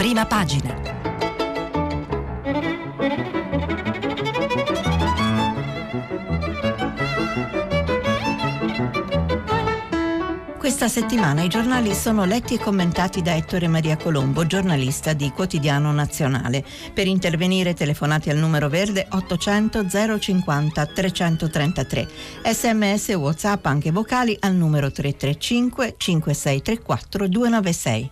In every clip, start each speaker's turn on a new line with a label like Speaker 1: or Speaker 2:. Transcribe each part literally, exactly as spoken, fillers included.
Speaker 1: Prima pagina. Questa settimana i giornali sono letti e commentati da Ettore Maria Colombo, giornalista di Quotidiano Nazionale. Per intervenire telefonate al numero verde ottocento zero cinquanta trecentotrentatré. Sms e WhatsApp anche vocali al numero tre tre cinque cinque sei tre quattro due nove sei.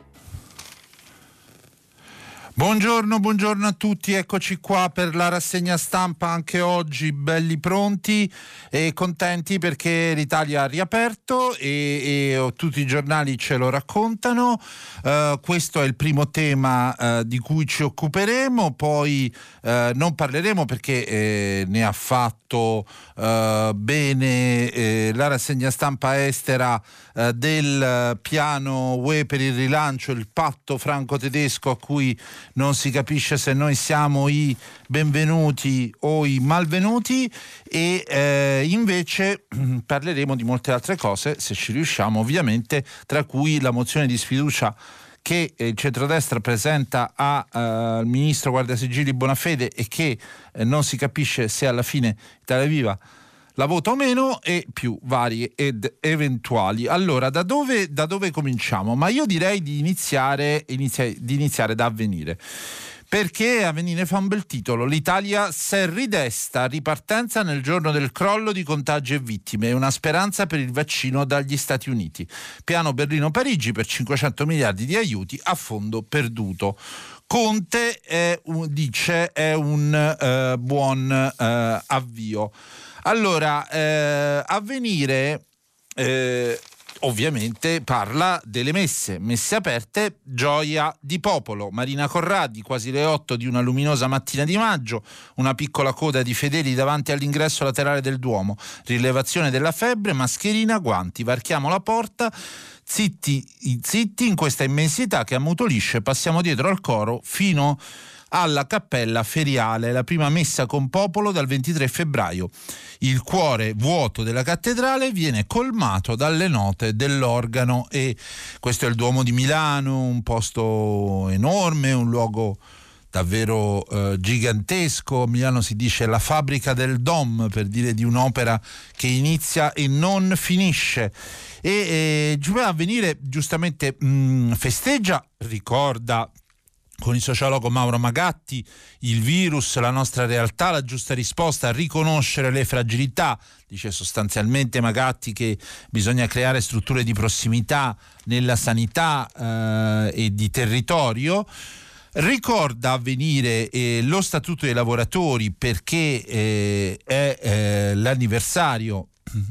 Speaker 2: Buongiorno, buongiorno a tutti, eccoci qua per la rassegna stampa anche oggi, belli pronti e contenti perché l'Italia ha riaperto e, e tutti i giornali ce lo raccontano. Uh, questo è il primo tema uh, di cui ci occuperemo, poi uh, non parleremo perché eh, ne ha fatto uh, bene eh, la rassegna stampa estera uh, del piano U E per il rilancio, il patto franco-tedesco a cui non si capisce se noi siamo i benvenuti o i malvenuti, e eh, invece parleremo di molte altre cose, se ci riusciamo ovviamente, tra cui la mozione di sfiducia che il centrodestra presenta a, uh, al ministro Guardasigilli Bonafede e che eh, non si capisce se alla fine Italia Viva la vota o meno, e più varie ed eventuali. Allora, da dove, da dove cominciamo? Ma io direi di iniziare, inizia, di iniziare da Avvenire, perché Avvenire fa un bel titolo: l'Italia s'è ridesta, ripartenza nel giorno del crollo di contagi e vittime e una speranza per il vaccino dagli Stati Uniti. Piano Berlino-Parigi per cinquecento miliardi di aiuti a fondo perduto. Conte è un, dice è un eh, buon eh, avvio. Allora, eh, Avvenire eh, ovviamente parla delle messe, messe aperte, gioia di popolo. Marina Corradi, quasi le otto di una luminosa mattina di maggio, una piccola coda di fedeli davanti all'ingresso laterale del Duomo, rilevazione della febbre, mascherina, guanti, varchiamo la porta, zitti, zitti in questa immensità che ammutolisce, passiamo dietro al coro fino alla cappella feriale, la prima messa con popolo dal ventitré febbraio. Il cuore vuoto della cattedrale viene colmato dalle note dell'organo, e questo è il Duomo di Milano, un posto enorme, un luogo davvero eh, gigantesco. A Milano si dice la fabbrica del Dom, per dire di un'opera che inizia e non finisce. E eh, Avvenire giustamente mh, festeggia, ricorda con il sociologo Mauro Magatti il virus, la nostra realtà, la giusta risposta a riconoscere le fragilità. Dice sostanzialmente Magatti che bisogna creare strutture di prossimità nella sanità eh, e di territorio. Ricorda Avvenire eh, lo Statuto dei lavoratori perché eh, è eh, l'anniversario.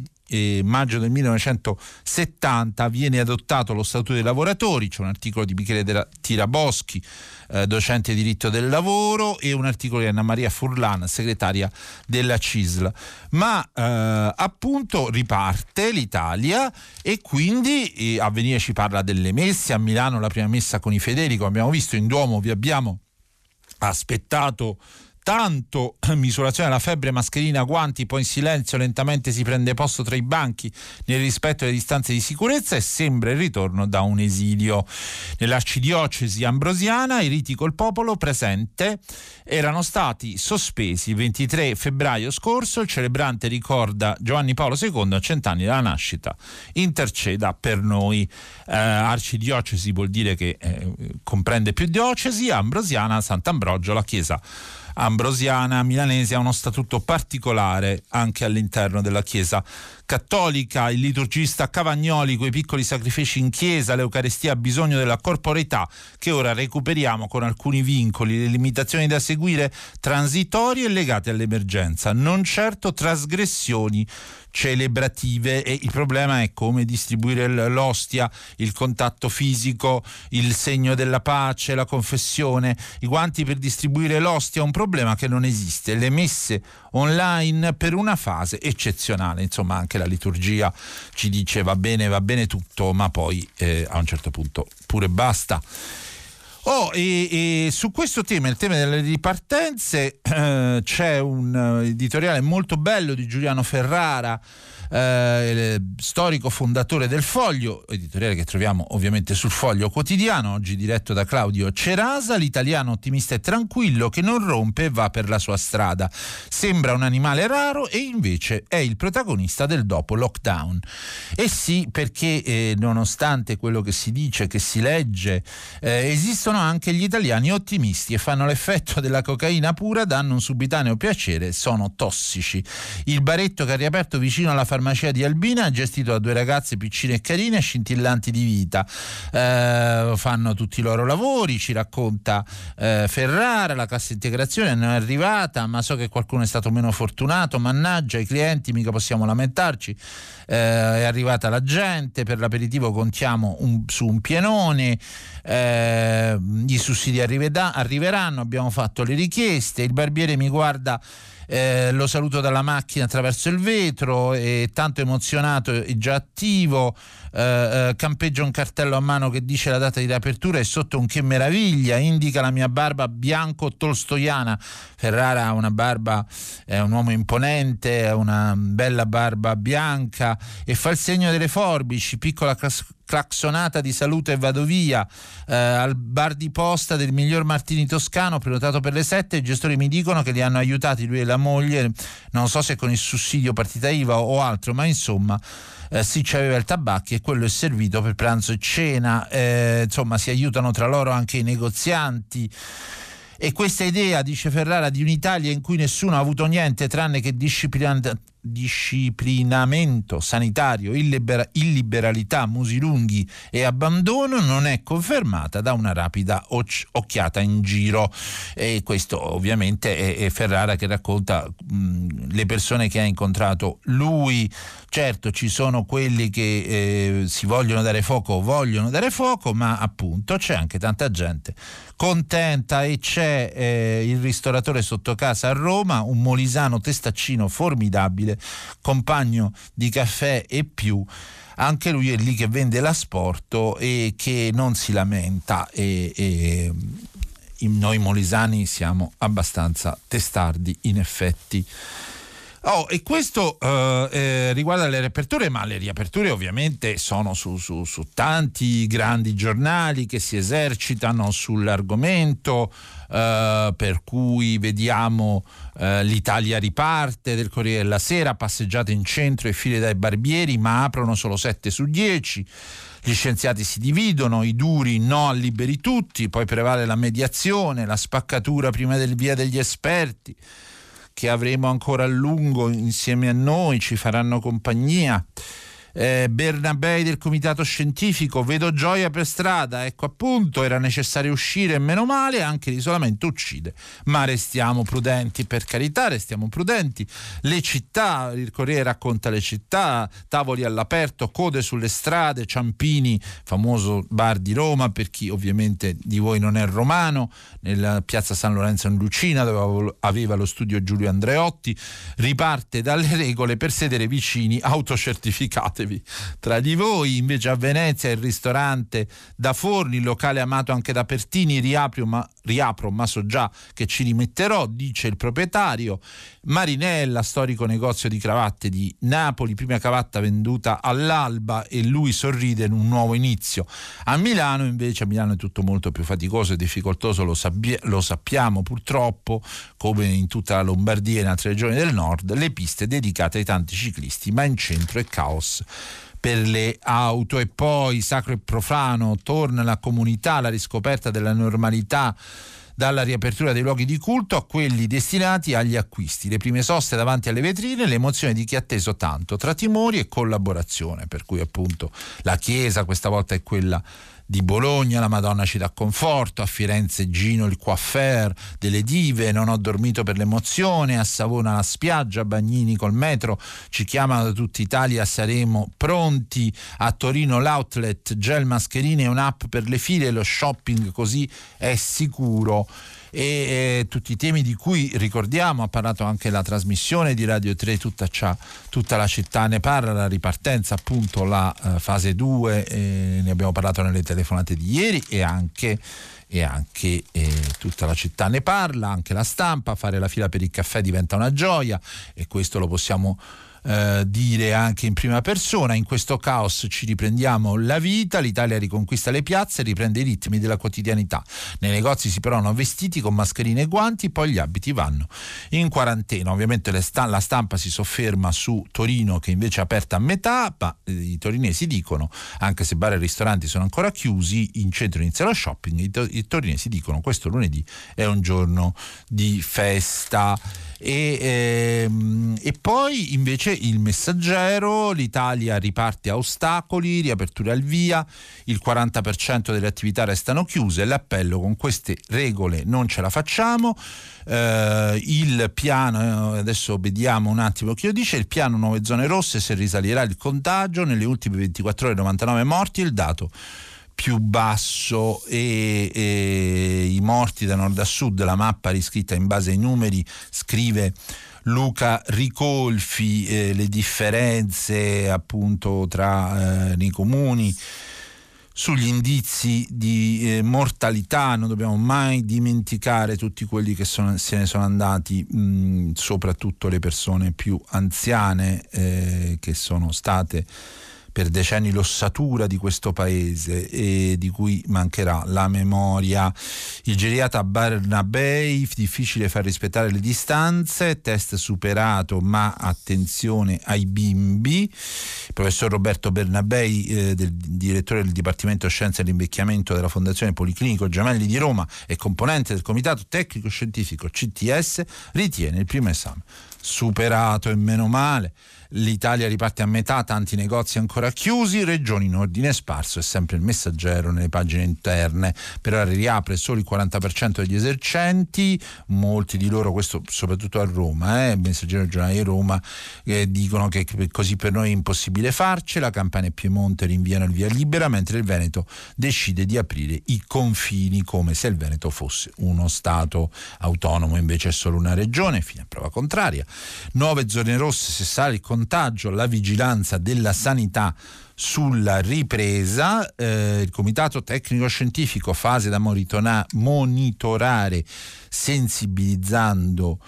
Speaker 2: E maggio del millenovecentosettanta viene adottato lo Statuto dei lavoratori. C'è un articolo di Michele della Tiraboschi, eh, docente di diritto del lavoro, e un articolo di Anna Maria Furlan, segretaria della C I S L. Ma eh, appunto riparte l'Italia e quindi eh, Avvenire ci parla delle messe. A Milano la prima messa con i fedeli, come abbiamo visto in Duomo, vi abbiamo aspettato tanto. Misurazione della febbre, mascherina, guanti, poi in silenzio lentamente si prende posto tra i banchi nel rispetto delle distanze di sicurezza, e sembra il ritorno da un esilio. Nell'arcidiocesi ambrosiana i riti col popolo presente erano stati sospesi il ventitré febbraio scorso. Il celebrante ricorda Giovanni Paolo secondo a cent'anni dalla nascita. Interceda per noi. Eh, arcidiocesi vuol dire che eh, comprende più diocesi. Ambrosiana, Sant'Ambrogio, la chiesa ambrosiana milanese ha uno statuto particolare anche all'interno della Chiesa cattolica. Il liturgista Cavagnoli, quei piccoli sacrifici in chiesa, l'Eucaristia ha bisogno della corporeità che ora recuperiamo con alcuni vincoli, le limitazioni da seguire transitorie e legate all'emergenza, non certo trasgressioni celebrative. E il problema è come distribuire l'ostia, il contatto fisico, il segno della pace, la confessione. I guanti per distribuire l'ostia è un problema che non esiste. Le messe online per una fase eccezionale. Insomma, anche la liturgia ci dice va bene, va bene tutto, ma poi eh, a un certo punto pure basta. Oh, e, e su questo tema, il tema delle ripartenze, eh, c'è un editoriale molto bello di Giuliano Ferrara, eh, storico fondatore del Foglio, editoriale che troviamo ovviamente sul Foglio Quotidiano, oggi diretto da Claudio Cerasa. L'italiano ottimista e tranquillo che non rompe e va per la sua strada. Sembra un animale raro e invece è il protagonista del dopo lockdown. E sì, perché eh, nonostante quello che si dice, che si legge, eh, esistono anche gli italiani ottimisti e fanno l'effetto della cocaina pura, danno un subitaneo piacere, sono tossici. Il baretto che ha riaperto vicino alla farmacia di Albina, gestito da due ragazze piccine e carine, scintillanti di vita, eh, fanno tutti i loro lavori, ci racconta eh, Ferrara. La cassa integrazione non è arrivata, ma so che qualcuno è stato meno fortunato, mannaggia i clienti, mica possiamo lamentarci. Eh, è arrivata la gente, per l'aperitivo contiamo un, su un pienone, eh, i sussidi arriveda, arriveranno, abbiamo fatto le richieste, il barbiere mi guarda, eh, lo saluto dalla macchina attraverso il vetro, è tanto emozionato e già attivo, eh, eh, campeggia un cartello a mano che dice la data di riapertura e sotto un che meraviglia indica la mia barba bianco tolstoiana. Ferrara ha una barba, è un uomo imponente, ha una bella barba bianca e fa il segno delle forbici, piccola clas- claxonata di salute e vado via. Eh, al bar di posta del miglior Martini toscano, prenotato per le sette, i gestori mi dicono che li hanno aiutati lui e la moglie, non so se con il sussidio partita I V A o altro, ma insomma eh, sì, c'aveva il tabacchi e quello è servito per pranzo e cena. Eh, insomma, si aiutano tra loro anche i negozianti. E questa idea, dice Ferrara, di un'Italia in cui nessuno ha avuto niente tranne che disciplina, disciplinamento sanitario, illibera, illiberalità, musi lunghi e abbandono, non è confermata da una rapida oc- occhiata in giro. E questo ovviamente è, è Ferrara che racconta mh, le persone che ha incontrato lui. Certo, ci sono quelli che eh, si vogliono dare fuoco, vogliono dare fuoco, ma appunto c'è anche tanta gente contenta. E c'è eh, il ristoratore sotto casa a Roma, un molisano testaccino formidabile, compagno di caffè e più, anche lui è lì che vende l'asporto e che non si lamenta, e, e noi molisani siamo abbastanza testardi in effetti. Oh, e questo eh, eh, riguarda le riaperture, ma le riaperture ovviamente sono su, su, su tanti grandi giornali che si esercitano sull'argomento, eh, per cui vediamo eh, l'Italia riparte del Corriere della Sera, passeggiate in centro e file dai barbieri, ma aprono solo sette su dieci. Gli scienziati si dividono, i duri no a liberi tutti, poi prevale la mediazione, la spaccatura prima del via degli esperti, che avremo ancora a lungo insieme a noi, ci faranno compagnia. Eh, Bernabei del comitato scientifico, vedo gioia per strada, ecco appunto, era necessario uscire e meno male, anche l'isolamento uccide, ma restiamo prudenti, per carità, restiamo prudenti. Le città, il Corriere racconta le città, tavoli all'aperto, code sulle strade, Ciampini, famoso bar di Roma, per chi ovviamente di voi non è romano, nella piazza San Lorenzo in Lucina, dove aveva lo studio Giulio Andreotti, riparte dalle regole per sedere vicini, autocertificate tra di voi. Invece a Venezia il ristorante da Forni, il locale amato anche da Pertini, riapro ma, riapro, ma so già che ci rimetterò, dice il proprietario. Marinella, storico negozio di cravatte di Napoli, prima cravatta venduta all'alba e lui sorride in un nuovo inizio. A Milano invece, a Milano è tutto molto più faticoso e difficoltoso, lo, sabbia, lo sappiamo purtroppo, come in tutta la Lombardia e in altre regioni del nord, le piste dedicate ai tanti ciclisti, ma in centro è caos per le auto. E poi sacro e profano, torna la comunità, la riscoperta della normalità dalla riapertura dei luoghi di culto a quelli destinati agli acquisti, le prime soste davanti alle vetrine, l'emozione di chi ha atteso tanto tra timori e collaborazione, per cui appunto la chiesa questa volta è quella di Bologna, la Madonna ci dà conforto, a Firenze Gino il coiffeur delle dive, non ho dormito per l'emozione, a Savona la spiaggia, Bagnini col metro, ci chiamano da tutta Italia, saremo pronti, a Torino l'outlet, gel, mascherine e un'app per le file, lo shopping così è sicuro. E eh, tutti i temi di cui ricordiamo, ha parlato anche la trasmissione di Radio tre, tutta, tutta la città ne parla, la ripartenza appunto, la eh, fase due, eh, ne abbiamo parlato nelle telefonate telefonate di ieri e anche e anche eh, tutta la città ne parla, anche la stampa. Fare la fila per il caffè diventa una gioia, e questo lo possiamo eh, dire anche in prima persona. In questo caos ci riprendiamo la vita, l'Italia riconquista le piazze, riprende i ritmi della quotidianità. Nei negozi si provano vestiti con mascherine e guanti, poi gli abiti vanno in quarantena. Ovviamente le sta- la stampa si sofferma su Torino, che invece è aperta a metà, ma eh, i torinesi dicono, anche se bar e ristoranti sono ancora chiusi, in centro inizia lo shopping. I, to- i torinesi dicono questo lunedì è un giorno di festa. E, ehm, e poi invece il Messaggero: l'Italia riparte a ostacoli, riaperture al via, il quaranta per cento delle attività restano chiuse, l'appello: con queste regole non ce la facciamo. Eh, il piano, adesso vediamo un attimo che io dice, il piano nuove zone rosse, se risalirà il contagio, nelle ultime ventiquattro ore novantanove morti, il dato più basso, e, e i morti da nord a sud, la mappa riscritta in base ai numeri, scrive Luca Ricolfi, eh, le differenze appunto tra eh, i comuni sugli indizi di eh, mortalità. Non dobbiamo mai dimenticare tutti quelli che sono, se ne sono andati, mh, soprattutto le persone più anziane eh, che sono state per decenni l'ossatura di questo paese e di cui mancherà la memoria. Il geriatra Barnabei: difficile far rispettare le distanze, test superato ma attenzione ai bimbi. Il professor Roberto Bernabei, eh, del, direttore del Dipartimento Scienze dell'Invecchiamento della Fondazione Policlinico Gemelli di Roma e componente del Comitato Tecnico Scientifico C T S, ritiene il primo esame superato, e meno male. L'Italia riparte a metà, tanti negozi ancora chiusi, regioni in ordine sparso. È sempre il Messaggero nelle pagine interne. Per ora riapre solo il quaranta per cento degli esercenti, molti di loro, questo soprattutto a Roma, eh, il Messaggero Giornale di Roma, eh, dicono che così per noi è impossibile farcela. Campania e Piemonte rinviano il via libera, mentre il Veneto decide di aprire i confini, come se il Veneto fosse uno stato autonomo, invece è solo una regione, fino a prova contraria. Nuove zone rosse, se sale il contagio, la vigilanza della sanità sulla ripresa. Eh, il Comitato Tecnico Scientifico: fase da monitora- monitorare sensibilizzando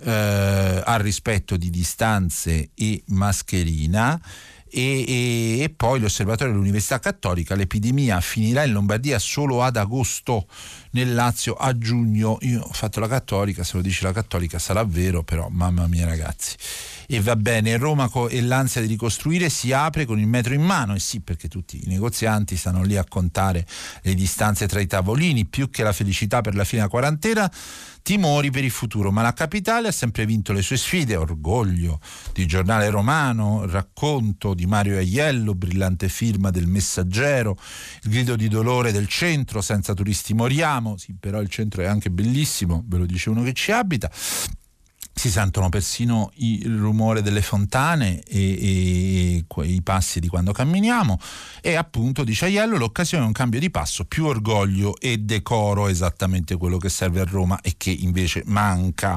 Speaker 2: eh, al rispetto di distanze e mascherina. E, e, e poi l'osservatorio dell'Università Cattolica: l'epidemia finirà in Lombardia solo ad agosto, nel Lazio a giugno. Io ho fatto la Cattolica, se lo dice la Cattolica sarà vero, però mamma mia ragazzi. E va bene, Roma co- e l'ansia di ricostruire si apre con il metro in mano, e sì, perché tutti i negozianti stanno lì a contare le distanze tra i tavolini. Più che la felicità per la fine della quarantena, timori per il futuro, ma la capitale ha sempre vinto le sue sfide. Orgoglio di Giornale Romano, racconto di Mario Aiello, brillante firma del Messaggero, il grido di dolore del centro: senza turisti moriamo. Sì, però il centro è anche bellissimo, ve lo dice uno che ci abita. Si sentono persino il rumore delle fontane e, e, e i passi di quando camminiamo. E appunto, dice Aiello, l'occasione è un cambio di passo: più orgoglio e decoro, esattamente quello che serve a Roma e che invece manca.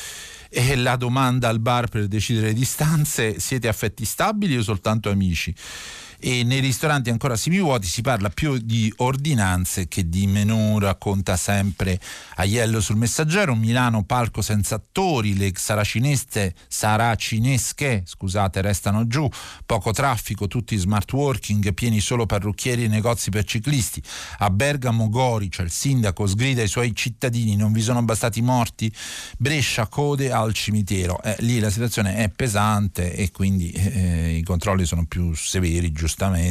Speaker 2: E la domanda al bar per decidere le distanze: siete affetti stabili o soltanto amici? E nei ristoranti ancora semivuoti si parla più di ordinanze che di menù, racconta sempre Aiello sul Messaggero. Milano palco senza attori, le saracinesche, saracinesche scusate, restano giù, poco traffico, tutti smart working, pieni solo parrucchieri e negozi per ciclisti. A Bergamo Gori, cioè il sindaco, sgrida ai suoi cittadini: non vi sono bastati morti? Brescia, code al cimitero. Eh, lì la situazione è pesante e quindi eh, i controlli sono più severi, giustamente,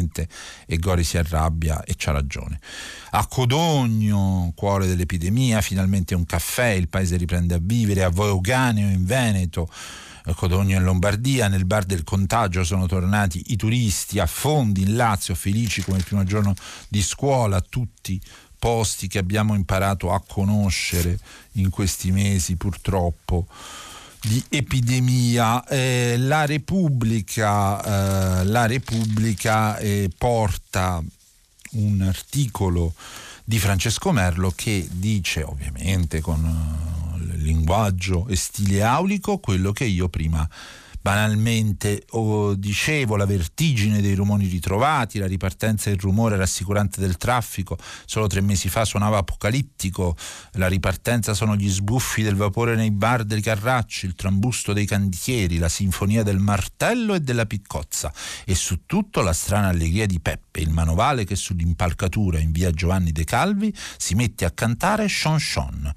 Speaker 2: e Gori si arrabbia e c'ha ragione. A Codogno, cuore dell'epidemia, finalmente un caffè, il paese riprende a vivere. A Voganeo in Veneto, a Codogno in Lombardia, nel bar del contagio sono tornati i turisti. A Fondi in Lazio, felici come il primo giorno di scuola, tutti posti che abbiamo imparato a conoscere in questi mesi purtroppo di epidemia. Eh, la Repubblica, eh, la Repubblica eh, porta un articolo di Francesco Merlo che dice, ovviamente con uh, linguaggio e stile aulico, quello che io prima banalmente oh, dicevo, la vertigine dei rumori ritrovati, la ripartenza del rumore rassicurante del traffico, solo tre mesi fa suonava apocalittico, la ripartenza sono gli sbuffi del vapore nei bar dei carracci, il trambusto dei cantieri, la sinfonia del martello e della piccozza, e su tutto la strana allegria di Peppe, il manovale che sull'impalcatura in via Giovanni De Calvi si mette a cantare Chon Chon,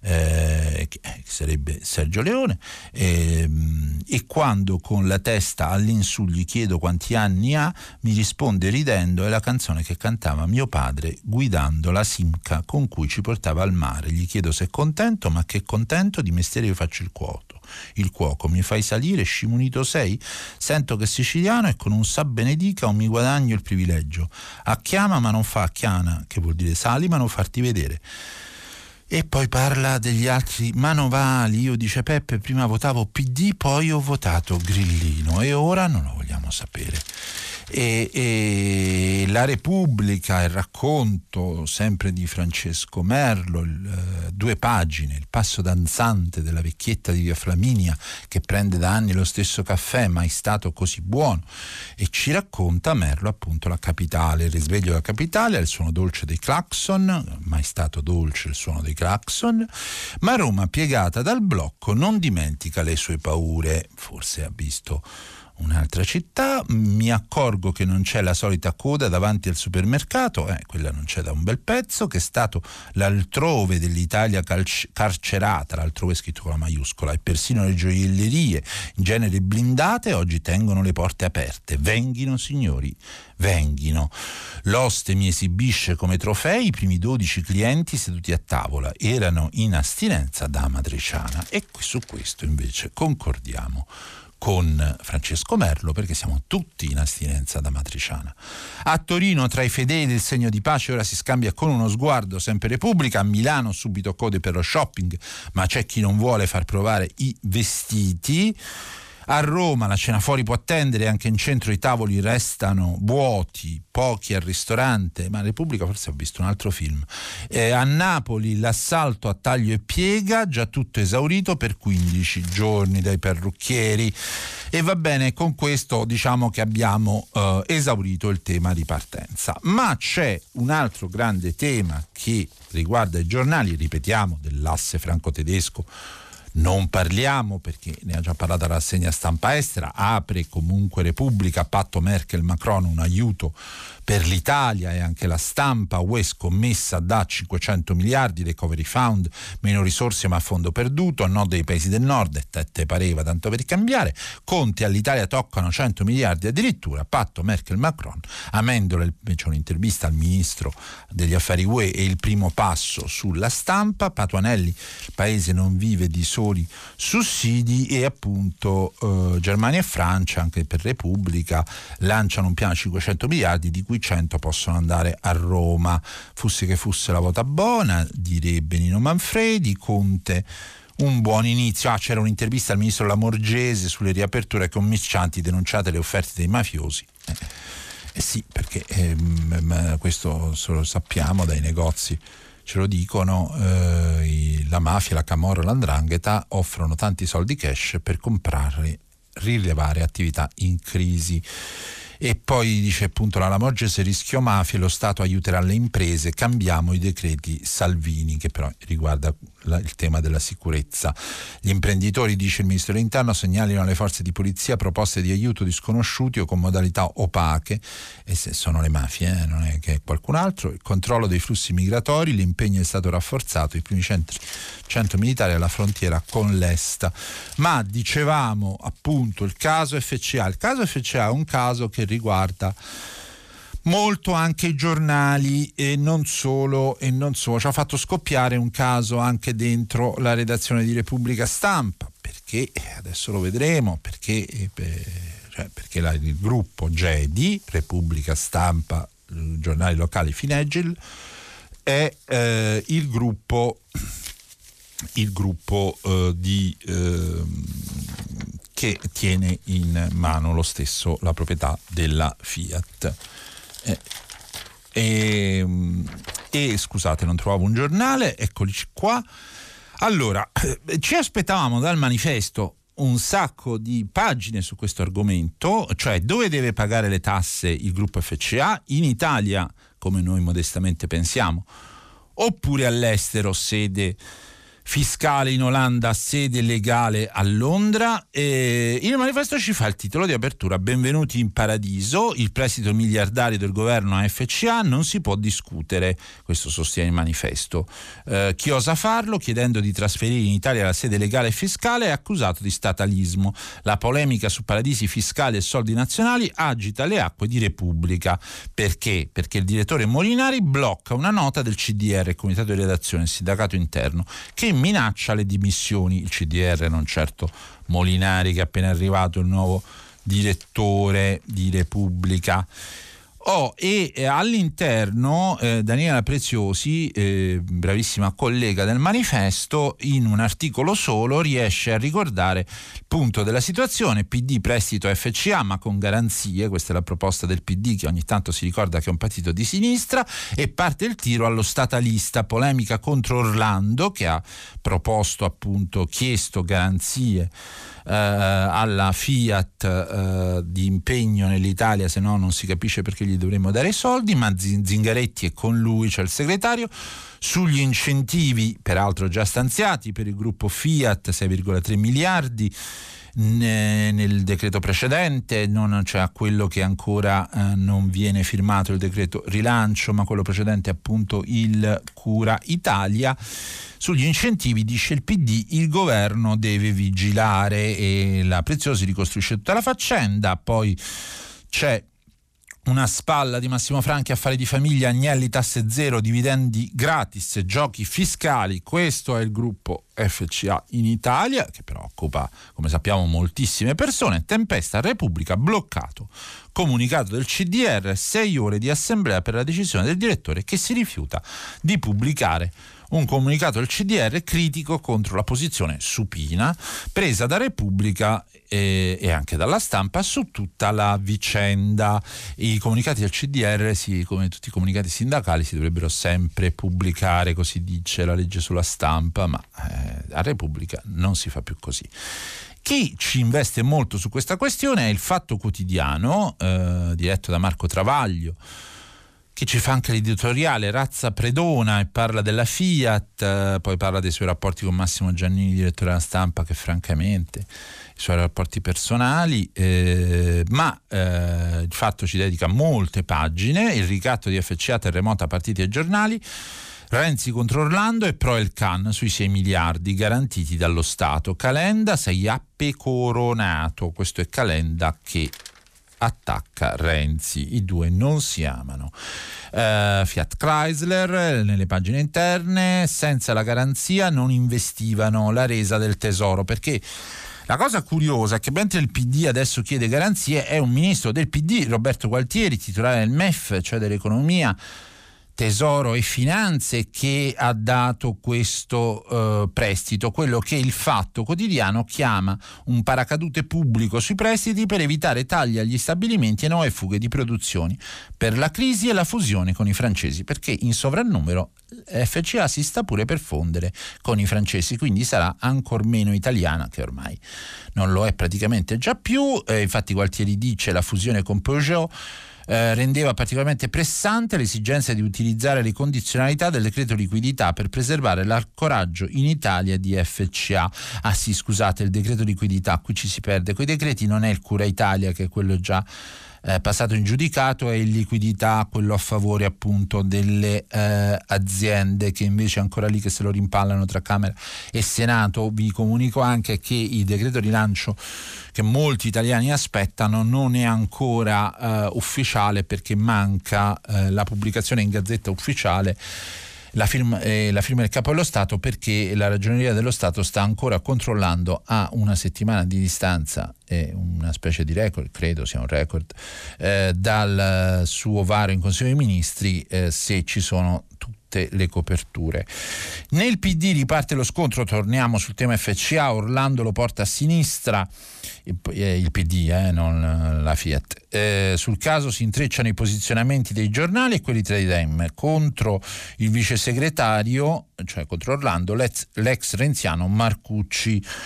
Speaker 2: eh, che sarebbe Sergio Leone, eh, e quando con la testa all'insù gli chiedo quanti anni ha, mi risponde ridendo: è la canzone che cantava mio padre guidando la Simca con cui ci portava al mare. Gli chiedo se è contento, ma che contento, di mestiere io faccio il cuoco. Il cuoco, mi fai salire, scimunito sei? Sento che è siciliano e con un sa benedica o mi guadagno il privilegio. Acchiama ma non fa acchiana, che vuol dire sali ma non farti vedere. E poi parla degli altri manovali. Io, dice Peppe, prima votavo P D, poi ho votato Grillino e ora non lo vogliamo sapere. E, e la Repubblica, il racconto sempre di Francesco Merlo, il, due pagine, il passo danzante della vecchietta di via Flaminia che prende da anni lo stesso caffè, mai stato così buono, e ci racconta Merlo appunto la capitale, il risveglio della capitale, il suono dolce dei clacson, mai stato dolce il suono dei clacson, ma Roma piegata dal blocco non dimentica le sue paure, forse ha visto un'altra città. Mi accorgo che non c'è la solita coda davanti al supermercato, eh, quella non c'è da un bel pezzo, che è stato l'altrove dell'Italia calc- carcerata, l'altrove scritto con la maiuscola, e persino le gioiellerie, in genere blindate, oggi tengono le porte aperte. Venghino signori, venghino. L'oste mi esibisce come trofei i primi dodici clienti seduti a tavola, erano in astinenza da amatriciana, e su questo invece concordiamo con Francesco Merlo, perché siamo tutti in astinenza da matriciana. A Torino tra i fedeli il segno di pace ora si scambia con uno sguardo, sempre Repubblica. A Milano subito code per lo shopping, ma c'è chi non vuole far provare i vestiti. A Roma la cena fuori può attendere, anche in centro i tavoli restano vuoti, pochi al ristorante, ma Repubblica forse ho visto un altro film. Eh, a Napoli l'assalto a taglio e piega, già tutto esaurito per quindici giorni dai parrucchieri. E va bene, con questo diciamo che abbiamo eh, esaurito il tema ripartenza. Ma c'è un altro grande tema che riguarda i giornali, ripetiamo, dell'asse franco-tedesco. Non parliamo perché ne ha già parlato la rassegna stampa estera, apre comunque Repubblica, patto Merkel-Macron, un aiuto per l'Italia, e anche la Stampa, U E scommessa da cinquecento miliardi, recovery fund, meno risorse ma a fondo perduto, no dei paesi del nord, e te pareva tanto per cambiare, Conte all'Italia toccano cento miliardi addirittura, patto Merkel-Macron, Amendola invece un'intervista al ministro degli affari U E e il primo passo sulla Stampa, Patuanelli, il paese non vive di soli sussidi, e appunto eh, Germania e Francia, anche per Repubblica, lanciano un piano di cinquecento miliardi di cui cento possono andare a Roma. Fosse che fosse la vota buona, direbbe Nino Manfredi. Conte un buon inizio. Ah, c'era un'intervista al ministro Lamorgese sulle riaperture commercianti, denunciate le offerte dei mafiosi. Eh, eh sì, perché eh, questo lo sappiamo dai negozi, ce lo dicono, eh, i, la mafia, la camorra, l'andrangheta offrono tanti soldi cash per comprare, rilevare attività in crisi. E poi dice appunto la Lamorgese, rischio mafia, lo Stato aiuterà le imprese, cambiamo i decreti Salvini, che però riguarda la, il tema della sicurezza. Gli imprenditori, dice il ministro dell'Interno, segnalino alle forze di polizia proposte di aiuto di sconosciuti o con modalità opache, e se sono le mafie, eh, non è che è qualcun altro. Il controllo dei flussi migratori, l'impegno è stato rafforzato, i primi centri, cento militari alla frontiera con l'Est. Ma dicevamo appunto il caso F C A, il caso F C A è un caso che riguarda molto anche i giornali, e non solo, e non solo. Ci ha fatto scoppiare un caso anche dentro la redazione di Repubblica Stampa, perché adesso lo vedremo, perché, cioè, perché la, il gruppo G E D I, Repubblica Stampa, giornali locali Fineggil, è eh, il gruppo il gruppo eh, di eh, che tiene in mano lo stesso la proprietà della Fiat. Eh, e, e scusate, non trovavo un giornale, eccolici qua. Allora, eh, ci aspettavamo dal manifesto un sacco di pagine su questo argomento, cioè dove deve pagare le tasse il gruppo F C A, in Italia come noi modestamente pensiamo, oppure all'estero, sede fiscale in Olanda, sede legale a Londra. E il manifesto ci fa il titolo di apertura: benvenuti in paradiso, il prestito miliardario del governo a F C A non si può discutere. Questo sostiene il manifesto. Eh, chi osa farlo chiedendo di trasferire in Italia la sede legale e fiscale è accusato di statalismo. La polemica su paradisi fiscali e soldi nazionali agita le acque di Repubblica. Perché? Perché il direttore Molinari blocca una nota del C D R, il comitato di redazione, il sindacato interno, che minaccia le dimissioni. Il C D R, non certo Molinari, che è appena arrivato il nuovo direttore di Repubblica. Oh, e eh, all'interno eh, Daniela Preziosi, eh, bravissima collega del manifesto, in un articolo solo riesce a ricordare il punto della situazione: P D prestito F C A ma con garanzie. Questa è la proposta del P D, che ogni tanto si ricorda che è un partito di sinistra, e parte il tiro allo statalista. Polemica contro Orlando, che ha proposto, appunto, chiesto garanzie Uh, alla Fiat uh, di impegno nell'Italia, se no non si capisce perché gli dovremmo dare i soldi, ma Zingaretti e con lui c'è il segretario. Sugli incentivi, peraltro già stanziati per il gruppo Fiat, sei virgola tre miliardi nel decreto precedente, non c'è quello che ancora eh, non viene firmato, il decreto rilancio, ma quello precedente è appunto il Cura Italia. Sugli incentivi, dice il P D, il governo deve vigilare, e la Preziosi ricostruisce tutta la faccenda. Poi c'è una spalla di Massimo Franchi: affari di famiglia, Agnelli tasse zero, dividendi gratis, giochi fiscali. Questo è il gruppo F C A in Italia, che però occupa, come sappiamo, moltissime persone. Tempesta, Repubblica, bloccato. Comunicato del C D R, sei ore di assemblea per la decisione del direttore, che si rifiuta di pubblicare un comunicato del C D R critico contro la posizione supina presa da Repubblica e, e anche dalla Stampa su tutta la vicenda. I comunicati del C D R, sì, come tutti i comunicati sindacali, si dovrebbero sempre pubblicare, così dice la legge sulla stampa, ma eh, a Repubblica non si fa più così. Chi ci investe molto su questa questione è il Fatto Quotidiano, eh, diretto da Marco Travaglio, che ci fa anche l'editoriale Razza Predona e parla della Fiat, eh, poi parla dei suoi rapporti con Massimo Giannini, direttore della Stampa, che francamente, i suoi rapporti personali, eh, ma eh, il Fatto ci dedica molte pagine: il ricatto di F C A, terremota partiti e giornali, Renzi contro Orlando e pro il Can sui sei miliardi garantiti dallo Stato, Calenda sei a pecoronato. Questo è Calenda che attacca Renzi, i due non si amano. Uh, Fiat Chrysler, nelle pagine interne: senza la garanzia non investivano, la resa del tesoro. Perché la cosa curiosa è che mentre il P D adesso chiede garanzie, è un ministro del P D, Roberto Gualtieri, titolare del M E F, cioè dell'economia, Tesoro e Finanze, che ha dato questo eh, prestito, quello che il Fatto Quotidiano chiama un paracadute pubblico sui prestiti per evitare tagli agli stabilimenti e nuove fughe di produzioni per la crisi e la fusione con i francesi, perché in sovrannumero F C A si sta pure per fondere con i francesi, quindi sarà ancor meno italiana, che ormai non lo è praticamente già più. Eh, infatti Gualtieri dice: la fusione con Peugeot Eh, rendeva particolarmente pressante l'esigenza di utilizzare le condizionalità del decreto liquidità per preservare l'ancoraggio in Italia di F C A. Ah sì, scusate, il decreto liquidità, qui ci si perde coi decreti, non è il Cura Italia, che è quello già eh, passato in giudicato, è il liquidità, quello a favore appunto delle eh, aziende, che invece è ancora lì che se lo rimpallano tra Camera e Senato. Vi comunico anche che il decreto rilancio, che molti italiani aspettano, non è ancora eh, ufficiale, perché manca eh, la pubblicazione in Gazzetta Ufficiale, la firma, eh, la firma del Capo dello Stato, perché la Ragioneria dello Stato sta ancora controllando a una settimana di distanza, eh, una specie di record, credo sia un record, eh, dal suo varo in Consiglio dei Ministri, eh, se ci sono tutte le coperture. Nel P D riparte lo scontro, torniamo sul tema F C A, Orlando lo porta a sinistra, il P D, eh, non la Fiat. Eh, sul caso si intrecciano i posizionamenti dei giornali e quelli tra i Dem. Contro il vice segretario, cioè contro Orlando, l'ex, l'ex renziano Marcucci.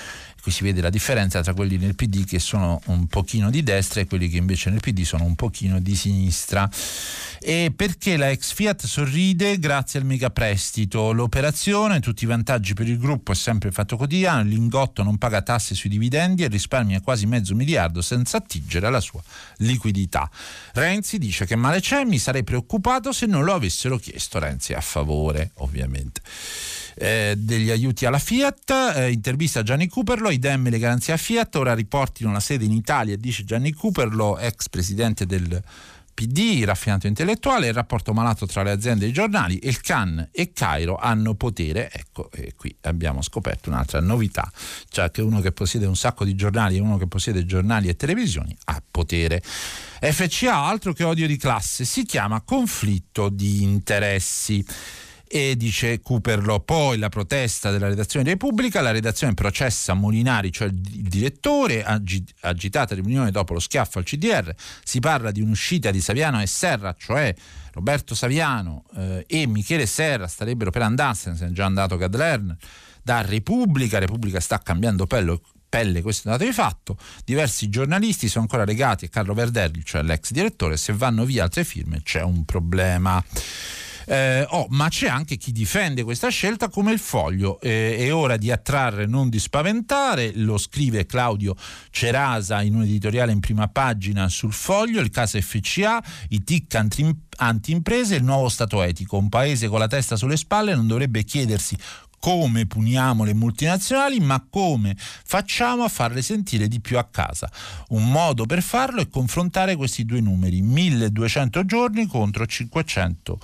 Speaker 2: qui si vede la differenza tra quelli nel P D che sono un pochino di destra e quelli che invece nel P D sono un pochino di sinistra. E perché la ex Fiat sorride grazie al mega prestito, l'operazione, tutti i vantaggi per il gruppo, è sempre il Fatto Quotidiano, il Lingotto non paga tasse sui dividendi e risparmia quasi mezzo miliardo senza attingere alla sua liquidità. Renzi dice che male c'è, mi sarei preoccupato se non lo avessero chiesto. Renzi è a favore, ovviamente. Eh, degli aiuti alla Fiat, eh, intervista Gianni Cooperlo, i Dem e le garanzie a Fiat, ora riportino la sede in Italia, dice Gianni Cooperlo, ex presidente del P D, raffinato intellettuale, il rapporto malato tra le aziende e i giornali, il Cannes e Cairo hanno potere. Ecco, e qui abbiamo scoperto un'altra novità, cioè che uno che possiede un sacco di giornali e uno che possiede giornali e televisioni ha potere. F C A, altro che odio di classe, si chiama conflitto di interessi. E dice Cooperlo, poi la protesta della redazione di Repubblica, la redazione processa Molinari, cioè il direttore, agi- agitata riunione dopo lo schiaffo al C D R, si parla di un'uscita di Saviano e Serra, cioè Roberto Saviano eh, e Michele Serra starebbero per andarsene, se ne è già andato Gadlerner, da Repubblica. Repubblica sta cambiando pelle, pelle, questo è un dato di fatto. Diversi giornalisti sono ancora legati a Carlo Verdelli, cioè l'ex direttore, se vanno via altre firme c'è un problema. Eh, oh, ma c'è anche chi difende questa scelta come il Foglio. Eh, è ora di attrarre, non di spaventare, lo scrive Claudio Cerasa in un editoriale in prima pagina sul Foglio. Il caso F C A, i tic anti-imprese, il nuovo stato etico. Un paese con la testa sulle spalle non dovrebbe chiedersi come puniamo le multinazionali, ma come facciamo a farle sentire di più a casa. Un modo per farlo è confrontare questi due numeri, milleduecento giorni contro cinquecentoquattordici.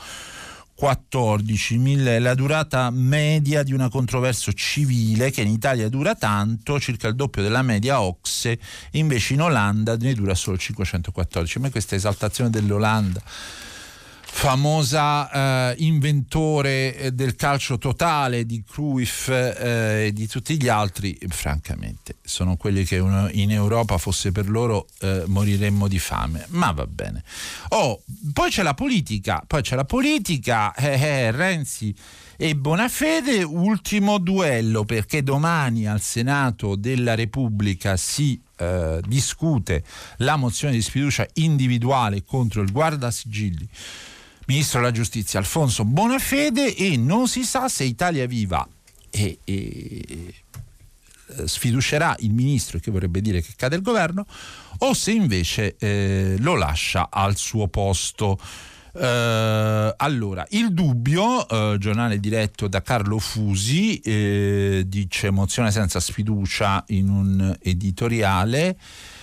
Speaker 2: È la durata media di una controverso civile che in Italia dura tanto, circa il doppio della media O C S E, invece in Olanda ne dura solo cinquecentoquattordici. Ma questa esaltazione dell'Olanda, famosa eh, inventore eh, del calcio totale, di Cruyff eh, e di tutti gli altri, francamente sono quelli che uno, in Europa fosse per loro eh, moriremmo di fame, ma va bene. Oh, poi c'è la politica, poi c'è la politica, eh, eh, Renzi e Bonafede, ultimo duello, perché domani al Senato della Repubblica si eh, discute la mozione di sfiducia individuale contro il guardasigilli Ministro della Giustizia Alfonso Bonafede, e non si sa se Italia Viva e, e, sfiducerà il ministro, che vorrebbe dire che cade il governo, o se invece eh, lo lascia al suo posto. Eh, allora, Il Dubbio, eh, giornale diretto da Carlo Fusi, eh, dice mozione senza sfiducia in un editoriale.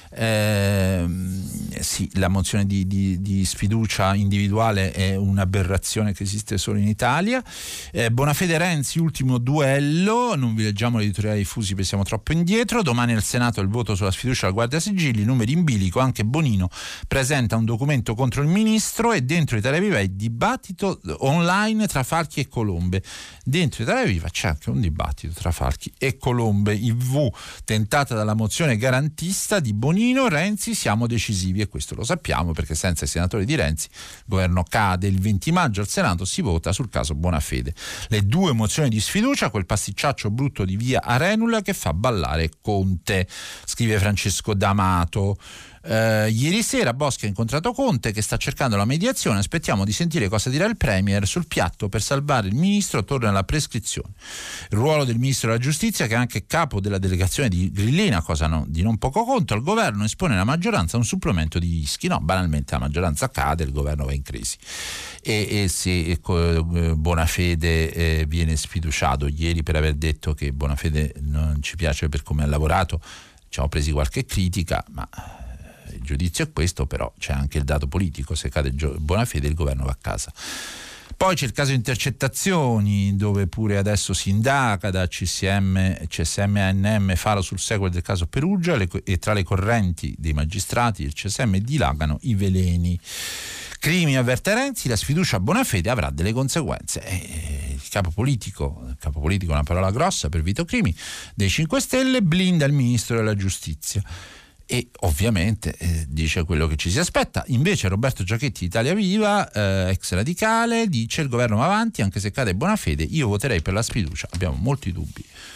Speaker 2: Eh, sì, la mozione di, di, di sfiducia individuale è un'aberrazione che esiste solo in Italia. eh, Bonafede Renzi, ultimo duello, non vi leggiamo l'editoriale di Fusi perché siamo troppo indietro. Domani al Senato il voto sulla sfiducia al guardasigilli, numeri in bilico, anche Bonino presenta un documento contro il ministro, e dentro Italia Viva il dibattito online tra Falchi e Colombe. Dentro Italia Viva c'è anche un dibattito tra Falchi e Colombe. I V tentata dalla mozione garantista di Bonino. Renzi, siamo decisivi, e questo lo sappiamo perché senza i senatori di Renzi il governo cade. Il venti maggio al Senato si vota sul caso Bonafede. Le due mozioni di sfiducia, quel pasticciaccio brutto di via Arenula che fa ballare Conte, scrive Francesco D'Amato. Uh, ieri sera Boschi ha incontrato Conte, che sta cercando la mediazione. Aspettiamo di sentire cosa dirà il Premier. Sul piatto per salvare il ministro torna la prescrizione, il ruolo del ministro della giustizia, che è anche capo della delegazione di Grillina, cosa no, di non poco conto. Il governo espone la maggioranza a un supplemento di rischi. No, banalmente la maggioranza cade, il governo va in crisi, e, e se eh, Bonafede eh, viene sfiduciato ieri per aver detto che Bonafede non ci piace per come ha lavorato, ci hanno presi qualche critica, ma il giudizio è questo. Però c'è anche il dato politico: se cade Bonafede il governo va a casa. Poi c'è il caso intercettazioni, dove pure adesso si indaga da C S M, C S M A N M, Faro sul sequel del caso Perugia, le, e tra le correnti dei magistrati del C S M dilagano i veleni. Crimi, avverte Renzi, la sfiducia a Bonafede avrà delle conseguenze. Eh, il capo politico, il capo politico è una parola grossa per Vito Crimi, dei cinque Stelle, blinda il ministro della giustizia. E ovviamente eh, dice quello che ci si aspetta. Invece Roberto Giachetti, Italia Viva, eh, ex radicale, dice il governo va avanti anche se cade Bonafede, io voterei per la sfiducia, abbiamo molti dubbi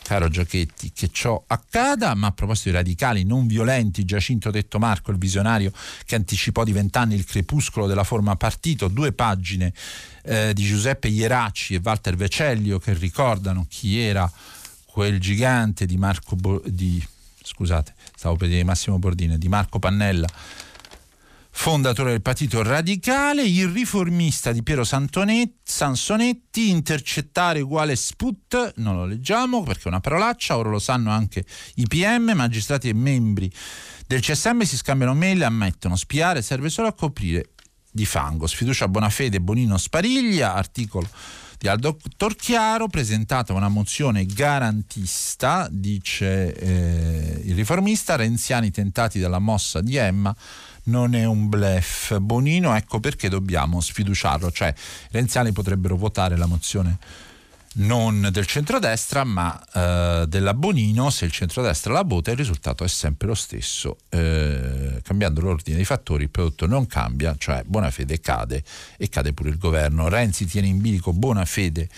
Speaker 2: caro Giachetti, che ciò accada. Ma a proposito di radicali non violenti, Giacinto Detto Marco, il visionario che anticipò di vent'anni il crepuscolo della forma partito, due pagine eh, di Giuseppe Ieracci e Walter Vecellio che ricordano chi era quel gigante di Marco Bo- di scusate, stavo per dire Massimo Bordini, di Marco Pannella, fondatore del Partito Radicale. Il riformista di Piero Santonetti, Sansonetti, intercettare uguale sput, non lo leggiamo perché è una parolaccia, ora lo sanno anche i P M, magistrati e membri del C S M si scambiano mail e ammettono spiare serve solo a coprire di fango. Sfiducia Bonafede, Bonino Spariglia, articolo di Aldo Torchiaro, presentata una mozione garantista, dice eh, il riformista, renziani tentati dalla mossa di Emma, non è un bluff. Bonino, ecco perché dobbiamo sfiduciarlo, cioè i renziani potrebbero votare la mozione non del centrodestra ma eh, della Bonino. Se il centrodestra la vota il risultato è sempre lo stesso, eh, cambiando l'ordine dei fattori il prodotto non cambia, cioè Bonafede cade e cade pure il governo. Renzi tiene in bilico Bonafede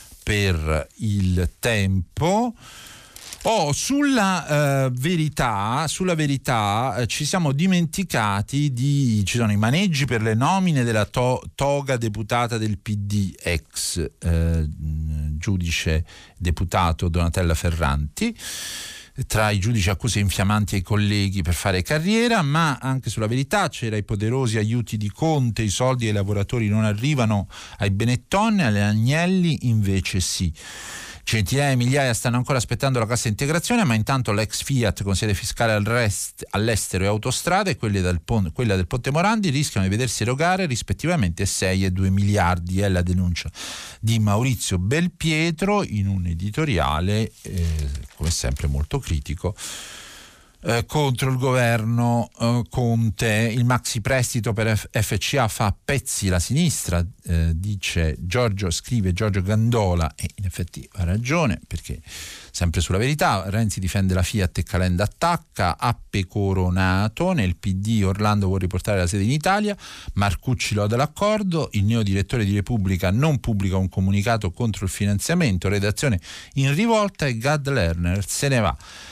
Speaker 2: per il Tempo. Oh, sulla uh, verità, sulla verità eh, ci siamo dimenticati di, ci sono i maneggi per le nomine della to, toga deputata del P D, ex eh, giudice deputato Donatella Ferranti, tra i giudici accuse infiammanti ai colleghi per fare carriera. Ma anche sulla verità c'era i poderosi aiuti di Conte, i soldi ai lavoratori non arrivano ai Benetton, alle Agnelli invece sì. Centinaia di migliaia stanno ancora aspettando la cassa integrazione, ma intanto l'ex Fiat con sede fiscale all'estero e autostrade e quelle del pon- quella del Ponte Morandi rischiano di vedersi erogare rispettivamente sei e due miliardi. È la denuncia di Maurizio Belpietro in un editoriale, eh, come sempre molto critico, Eh, contro il governo eh, Conte. Il maxi prestito per F- F C A fa a pezzi la sinistra, eh, dice Giorgio, scrive Giorgio Gandola, e in effetti ha ragione, perché sempre sulla verità Renzi difende la Fiat e Calenda attacca. Appe coronato nel P D, Orlando vuole riportare la sede in Italia, Marcucci loda l'accordo, il neodirettore di Repubblica non pubblica un comunicato contro il finanziamento, redazione in rivolta e Gad Lerner se ne va.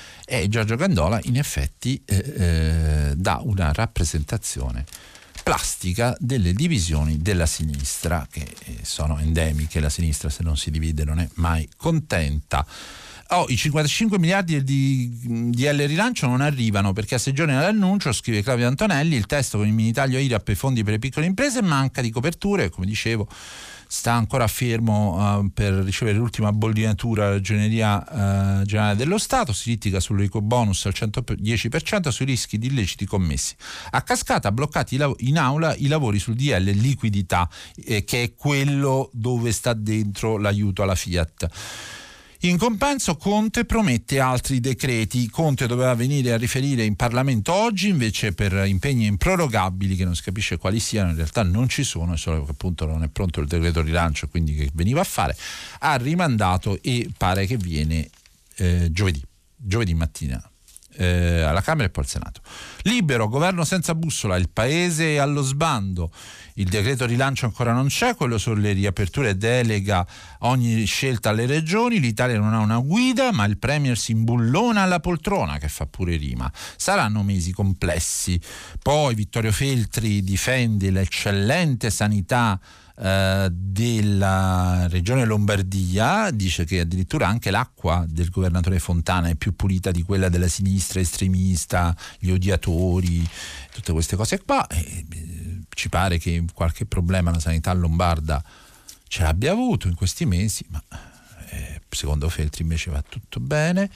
Speaker 2: E Giorgio Gandola in effetti eh, eh, dà una rappresentazione plastica delle divisioni della sinistra, che eh, sono endemiche. La sinistra, se non si divide, non è mai contenta. Oh, i cinquantacinque miliardi di D L rilancio non arrivano perché a sei giorni dall'annuncio, scrive Claudio Antonelli, il testo con il mini taglio I R A P e fondi per le piccole imprese manca di coperture, come dicevo. Sta ancora fermo uh, per ricevere l'ultima bollinatura alla Ragioneria uh, Generale dello Stato. Si litiga sull'ecobonus al centodieci per cento, sui rischi di illeciti commessi. A cascata bloccati in aula i lavori sul D L liquidità, eh, che è quello dove sta dentro l'aiuto alla Fiat. In compenso Conte promette altri decreti. Conte doveva venire a riferire in Parlamento oggi, invece per impegni improrogabili che non si capisce quali siano, in realtà non ci sono, solo che appunto non è pronto il decreto rilancio, quindi che veniva a fare, ha rimandato e pare che viene eh, giovedì, giovedì mattina eh, alla Camera e poi al Senato. Libero, governo senza bussola, il paese allo sbando. Il decreto rilancio ancora non c'è, quello sulle riaperture delega ogni scelta alle regioni. L'Italia non ha una guida, ma il Premier si imbullona alla poltrona, che fa pure rima. Saranno mesi complessi. Poi Vittorio Feltri difende l'eccellente sanità eh, della regione Lombardia, dice che addirittura anche l'acqua del governatore Fontana è più pulita di quella della sinistra estremista, gli odiatori, tutte queste cose qua. E, ci pare che qualche problema la sanità lombarda ce l'abbia avuto in questi mesi, ma eh, secondo Feltri invece va tutto bene.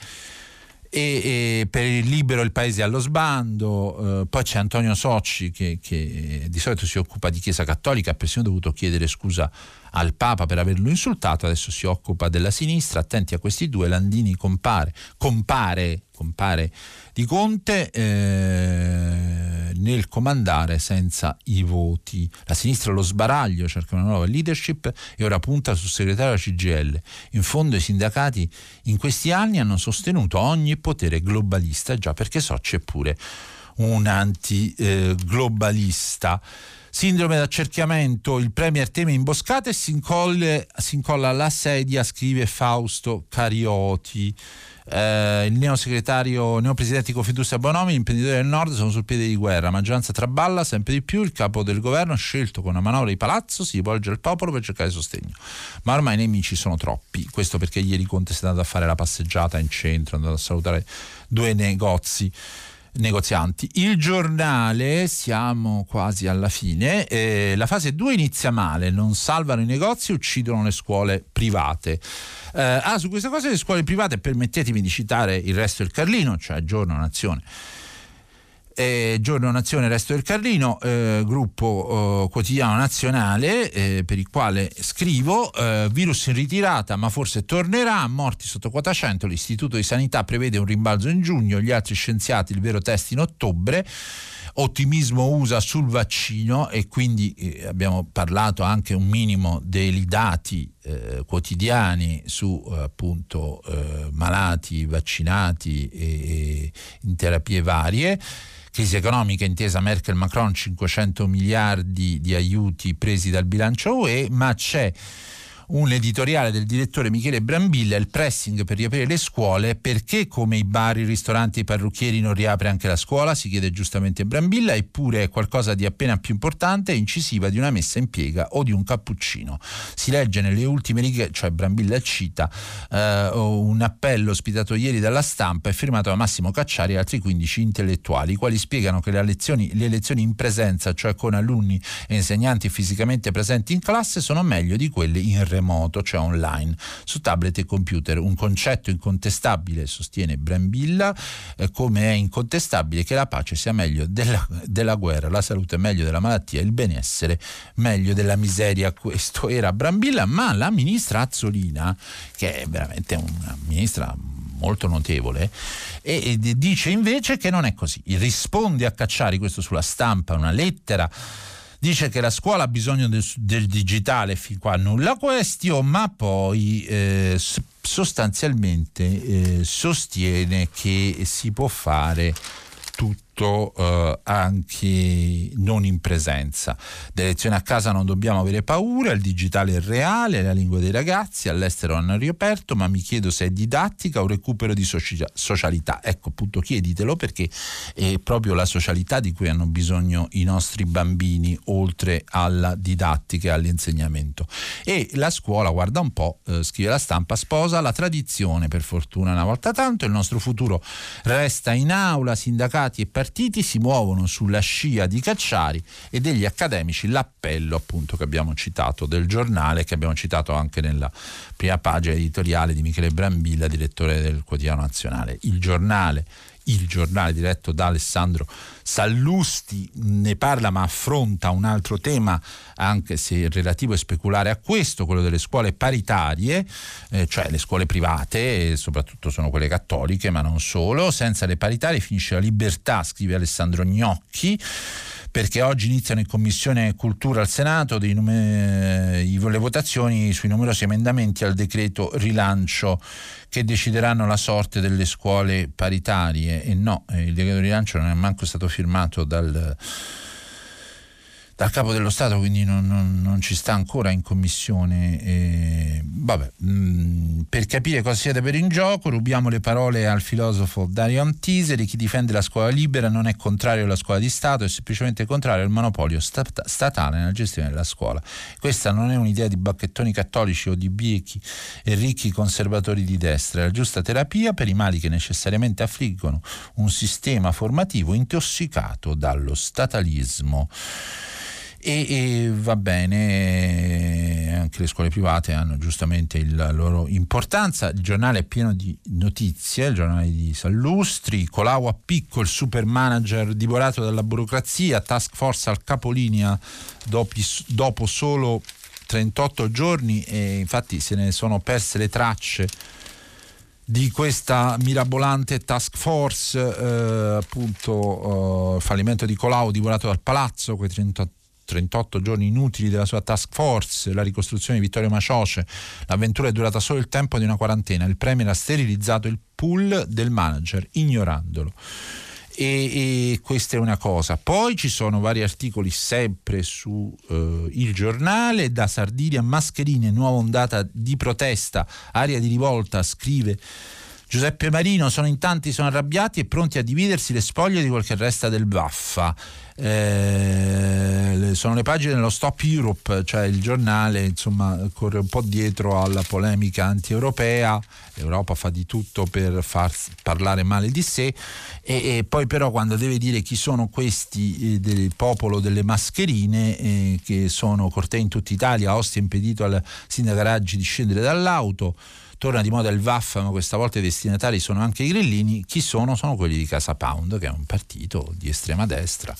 Speaker 2: E, e per il Libero il paese allo sbando. Eh, poi c'è Antonio Socci che, che di solito si occupa di Chiesa Cattolica, ha persino dovuto chiedere scusa al Papa per averlo insultato, adesso si occupa della sinistra. Attenti a questi due. Landini compare compare compare di Conte eh, nel comandare senza i voti. La sinistra allo sbaraglio, cerca una nuova leadership e ora punta sul segretario della C G I L. In fondo i sindacati in questi anni hanno sostenuto ogni potere globalista, già perché so c'è pure un antiglobalista. Eh, Sindrome d'accerchiamento, il premier teme imboscate e si, incolle, si incolla alla sedia, scrive Fausto Carioti. Eh, il neosegretario, neopresidente di Confindustria Bonomi, gli imprenditori del nord sono sul piede di guerra, maggioranza traballa sempre di più, il capo del governo scelto con una manovra di palazzo si rivolge al popolo per cercare sostegno, ma ormai i nemici sono troppi. Questo perché ieri Conte si è andato a fare la passeggiata in centro, è andato a salutare due negozi negozianti. Il Giornale, siamo quasi alla fine, eh, la fase due inizia male, non salvano i negozi, uccidono le scuole private. Eh, ah, su questa cosa delle scuole private permettetemi di citare Il Resto del Carlino, cioè Giorno Nazione. Eh, Giorno Nazione, Resto del Carlino, eh, gruppo eh, quotidiano nazionale, eh, per il quale scrivo: eh, virus in ritirata ma forse tornerà, morti sotto quota cento, l'istituto di sanità prevede un rimbalzo in giugno, gli altri scienziati il vero test in ottobre, ottimismo U S A sul vaccino, e quindi eh, abbiamo parlato anche un minimo dei dati eh, quotidiani su eh, appunto eh, malati, vaccinati e, e in terapie varie. Crisi economica intesa Merkel-Macron, cinquecento miliardi di aiuti presi dal bilancio U E, ma c'è un editoriale del direttore Michele Brambilla: il pressing per riaprire le scuole, perché come i bar, i ristoranti e i parrucchieri non riapre anche la scuola, si chiede giustamente Brambilla, eppure è qualcosa di appena più importante e incisiva di una messa in piega o di un cappuccino. Si legge nelle ultime righe, cioè Brambilla cita eh, un appello ospitato ieri dalla Stampa e firmato da Massimo Cacciari e altri quindici intellettuali, i quali spiegano che le lezioni, le lezioni in presenza, cioè con alunni e insegnanti fisicamente presenti in classe, sono meglio di quelle in remoto, cioè online, su tablet e computer. Un concetto incontestabile, sostiene Brambilla, eh, come è incontestabile che la pace sia meglio della, della guerra, la salute meglio della malattia, il benessere meglio della miseria. Questo era Brambilla, ma la ministra Azzolina, che è veramente una ministra molto notevole, e, e dice invece che non è così. Risponde a Cacciari, questo sulla Stampa, una lettera. Dice che la scuola ha bisogno del, del digitale, fin qua nulla question, ma poi eh, sostanzialmente eh, sostiene che si può fare tutto eh, anche non in presenza. Delle lezioni a casa non dobbiamo avere paura, il digitale è reale, è la lingua dei ragazzi, all'estero hanno riaperto, ma mi chiedo se è didattica o recupero di socialità. Ecco, appunto, chieditelo, perché è proprio la socialità di cui hanno bisogno i nostri bambini, oltre alla didattica e all'insegnamento. E la scuola, guarda un po', eh, scrive la Stampa, sposa la tradizione, per fortuna una volta tanto, il nostro futuro resta in aula, sindacati e partiti si muovono sulla scia di Cacciari e degli accademici. L'appello, appunto, che abbiamo citato del Giornale, che abbiamo citato anche nella prima pagina editoriale di Michele Brambilla, direttore del Quotidiano Nazionale. Il Giornale, il giornale diretto da Alessandro Sallusti, ne parla ma affronta un altro tema, anche se relativo e speculare a questo, quello delle scuole paritarie, eh, cioè le scuole private, soprattutto sono quelle cattoliche, ma non solo. Senza le paritarie finisce la libertà, scrive Alessandro Gnocchi, perché oggi iniziano in Commissione Cultura al Senato dei nume- le votazioni sui numerosi emendamenti al decreto rilancio che decideranno la sorte delle scuole paritarie. E no, il decreto rilancio non è manco stato firmato dal dal capo dello Stato, quindi non, non, non ci sta ancora in commissione. Eh, vabbè, mh, per capire cosa siete per in gioco, rubiamo le parole al filosofo Dario Antiseri: chi difende la scuola libera non è contrario alla scuola di Stato, è semplicemente contrario al monopolio stat- statale nella gestione della scuola. Questa non è un'idea di bacchettoni cattolici o di biechi e ricchi conservatori di destra, è la giusta terapia per i mali che necessariamente affliggono un sistema formativo intossicato dallo statalismo. E, e va bene, anche le scuole private hanno giustamente il, la loro importanza. Il giornale è pieno di notizie, il giornale di Sallustri: Colau a picco, il super manager divorato dalla burocrazia, task force al capolinea dopo, dopo solo trentotto giorni, e infatti se ne sono perse le tracce di questa mirabolante task force. Eh, appunto eh, fallimento di Colau, divorato dal palazzo, quei trentotto trentotto giorni inutili della sua task force, la ricostruzione di Vittorio Macioce. L'avventura è durata solo il tempo di una quarantena, il premier ha sterilizzato il pool del manager ignorandolo. e, e questa è una cosa. Poi ci sono vari articoli sempre su eh, Il Giornale. Da Sardinia a mascherine, nuova ondata di protesta, aria di rivolta, scrive Giuseppe Marino. Sono in tanti, sono arrabbiati e pronti a dividersi le spoglie di quel che resta del Vaffa. Eh, sono le pagine dello Stop Europe, cioè il giornale, insomma, corre un po' dietro alla polemica anti-europea. L'Europa fa di tutto per far parlare male di sé e, e poi però quando deve dire chi sono questi eh, del popolo delle mascherine, eh, che sono cortei in tutta Italia, Ostia ha impedito al sindaco Raggi di scendere dall'auto, torna di moda il Vaffa, ma questa volta i destinatari sono anche i grillini. Chi sono? Sono quelli di Casa Pound, che è un partito di estrema destra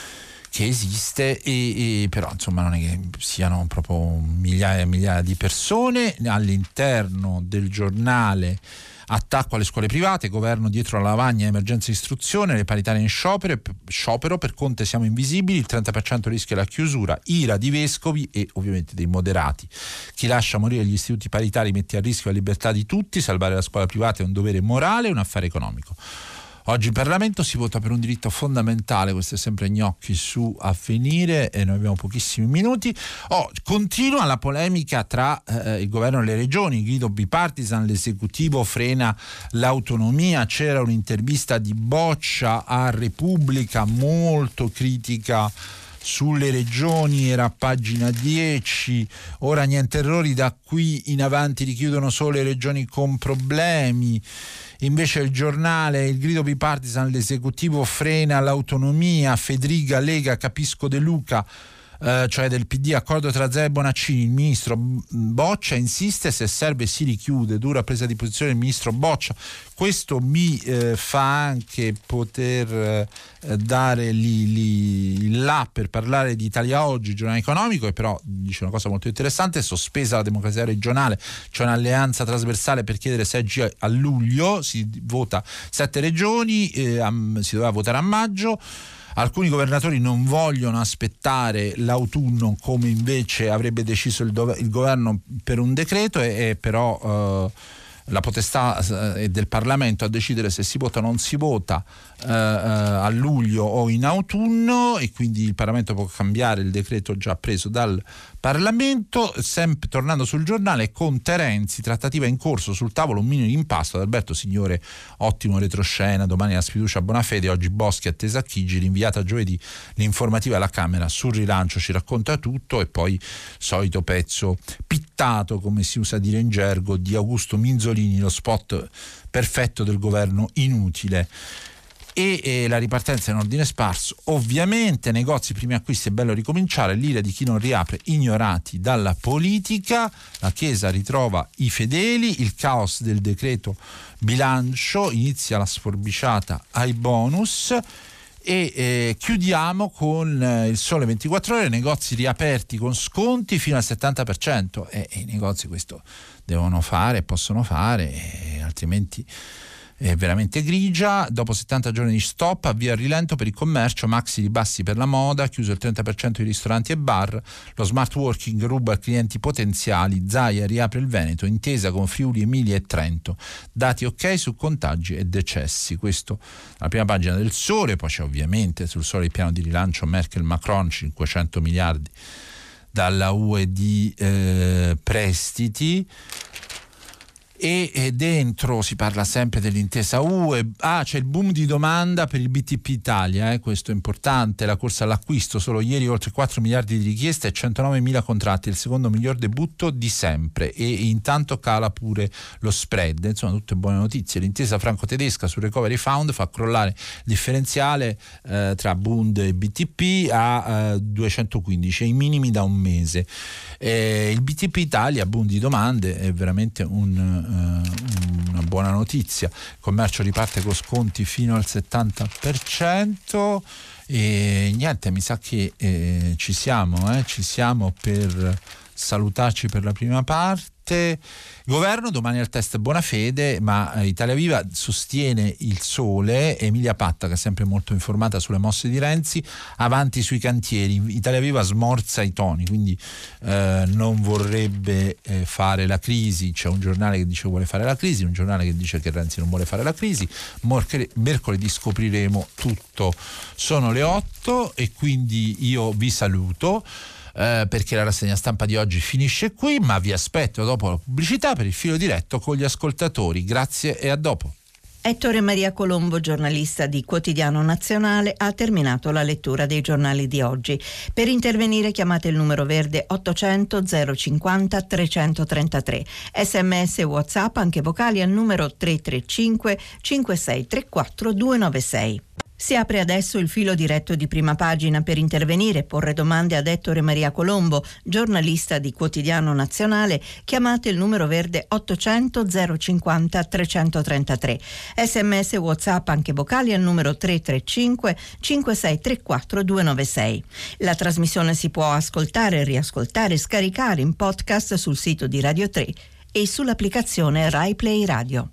Speaker 2: che esiste e, e però insomma non è che siano proprio migliaia e migliaia di persone. All'interno del giornale: attacco alle scuole private, governo dietro la lavagna, emergenza istruzione, le paritarie in sciopero, sciopero per Conte siamo invisibili, il trenta per cento rischia la chiusura, ira di vescovi e ovviamente dei moderati. Chi lascia morire gli istituti paritari mette a rischio la libertà di tutti, salvare la scuola privata è un dovere morale e un affare economico. Oggi in Parlamento si vota per un diritto fondamentale, questo è sempre Gnocchi su Avvenire e noi abbiamo pochissimi minuti. Oh, continua la polemica tra eh, il governo e le regioni, grido bipartisan, l'esecutivo frena l'autonomia. C'era un'intervista di Boccia a Repubblica molto critica sulle regioni, era a pagina dieci. Ora niente errori, da qui in avanti richiudono solo le regioni con problemi. Invece il giornale, il grido bipartisan, l'esecutivo frena l'autonomia, Fedriga, Lega, capisco De Luca, eh, cioè del P D, accordo tra Zea e Bonaccini, il ministro Boccia insiste, se serve si richiude, dura presa di posizione il ministro Boccia. Questo mi eh, fa anche poter eh, dare lì, lì, il là per parlare di Italia Oggi, il giornale economico, e però dice una cosa molto interessante: sospesa la democrazia regionale, c'è un'alleanza trasversale per chiedere seggi a luglio, si vota sette regioni, eh, si doveva votare a maggio. Alcuni governatori non vogliono aspettare l'autunno come invece avrebbe deciso il, dove, il governo per un decreto e, e però eh, la potestà è del Parlamento a decidere se si vota o non si vota eh, a luglio o in autunno, e quindi il Parlamento può cambiare il decreto già preso dal Parlamento. Sempre tornando sul giornale, Conte Renzi, trattativa in corso, sul tavolo un minimo impasto. Ad Alberto Signore, ottimo retroscena, domani la sfiducia a Bonafede, oggi Boschi attesa a Chigi, rinviata giovedì l'informativa alla Camera sul rilancio, ci racconta tutto. E poi solito pezzo pittato, come si usa dire in gergo, di Augusto Minzolini, lo spot perfetto del governo inutile. E, e la ripartenza in ordine sparso, ovviamente, negozi, primi acquisti, è bello ricominciare, l'ira di chi non riapre, ignorati dalla politica, la Chiesa ritrova i fedeli, il caos del decreto bilancio, inizia la sforbiciata ai bonus. E eh, chiudiamo con eh, il Sole ventiquattro Ore, negozi riaperti con sconti fino al settanta per cento, e, e i negozi questo devono fare, possono fare, e altrimenti è veramente grigia. Dopo settanta giorni di stop, avvia il rilento per il commercio, maxi ribassi per la moda, chiuso il trenta per cento di ristoranti e bar, lo smart working ruba clienti potenziali, Zaia riapre il Veneto, intesa con Friuli, Emilia e Trento, dati ok su contagi e decessi. Questo alla prima pagina del Sole. Poi c'è ovviamente sul Sole il piano di rilancio Merkel-Macron, cinquecento miliardi dalla U E di eh, prestiti. E, e dentro si parla sempre dell'intesa U E. Ah, c'è il boom di domanda per il B T P Italia, eh, questo è importante, la corsa all'acquisto, solo ieri oltre quattro miliardi di richieste e centonovemila contratti, il secondo miglior debutto di sempre, e intanto cala pure lo spread, insomma tutte buone notizie. L'intesa franco-tedesca sul recovery fund fa crollare il differenziale eh, tra Bund e B T P a eh, duecentoquindici, ai minimi da un mese. Eh, il B T P Italia, boom di domande, è veramente un una buona notizia. Il commercio riparte con sconti fino al settanta per cento e niente, mi sa che eh, ci siamo, eh, ci siamo per salutarci per la prima parte. Governo, domani al test Bonafede, ma Italia Viva sostiene il Sole. Emilia Patta, che è sempre molto informata sulle mosse di Renzi, avanti sui cantieri. Italia Viva smorza i toni, quindi eh, non vorrebbe eh, fare la crisi. C'è un giornale che dice che vuole fare la crisi, un giornale che dice che Renzi non vuole fare la crisi. Mercoledì scopriremo tutto. Sono le otto e quindi io vi saluto. Eh, perché la rassegna stampa di oggi finisce qui, ma vi aspetto dopo la pubblicità per il filo diretto con gli ascoltatori. Grazie e a dopo.
Speaker 1: Ettore Maria Colombo, giornalista di Quotidiano Nazionale, ha terminato la lettura dei giornali di oggi. Per intervenire chiamate il numero verde ottocento zero cinquanta trecentotrentatré. Sms WhatsApp anche vocali al numero tre tre cinque cinque sei tre quattro due nove sei. Si apre adesso il filo diretto di Prima Pagina. Per intervenire e porre domande ad Ettore Maria Colombo, giornalista di Quotidiano Nazionale, chiamate il numero verde ottocento zero cinquanta trecentotrentatré. Sms WhatsApp anche vocali al numero tre tre cinque cinque sei tre quattro due nove sei. La trasmissione si può ascoltare, riascoltare e scaricare in podcast sul sito di Radio tre e sull'applicazione Rai Play Radio.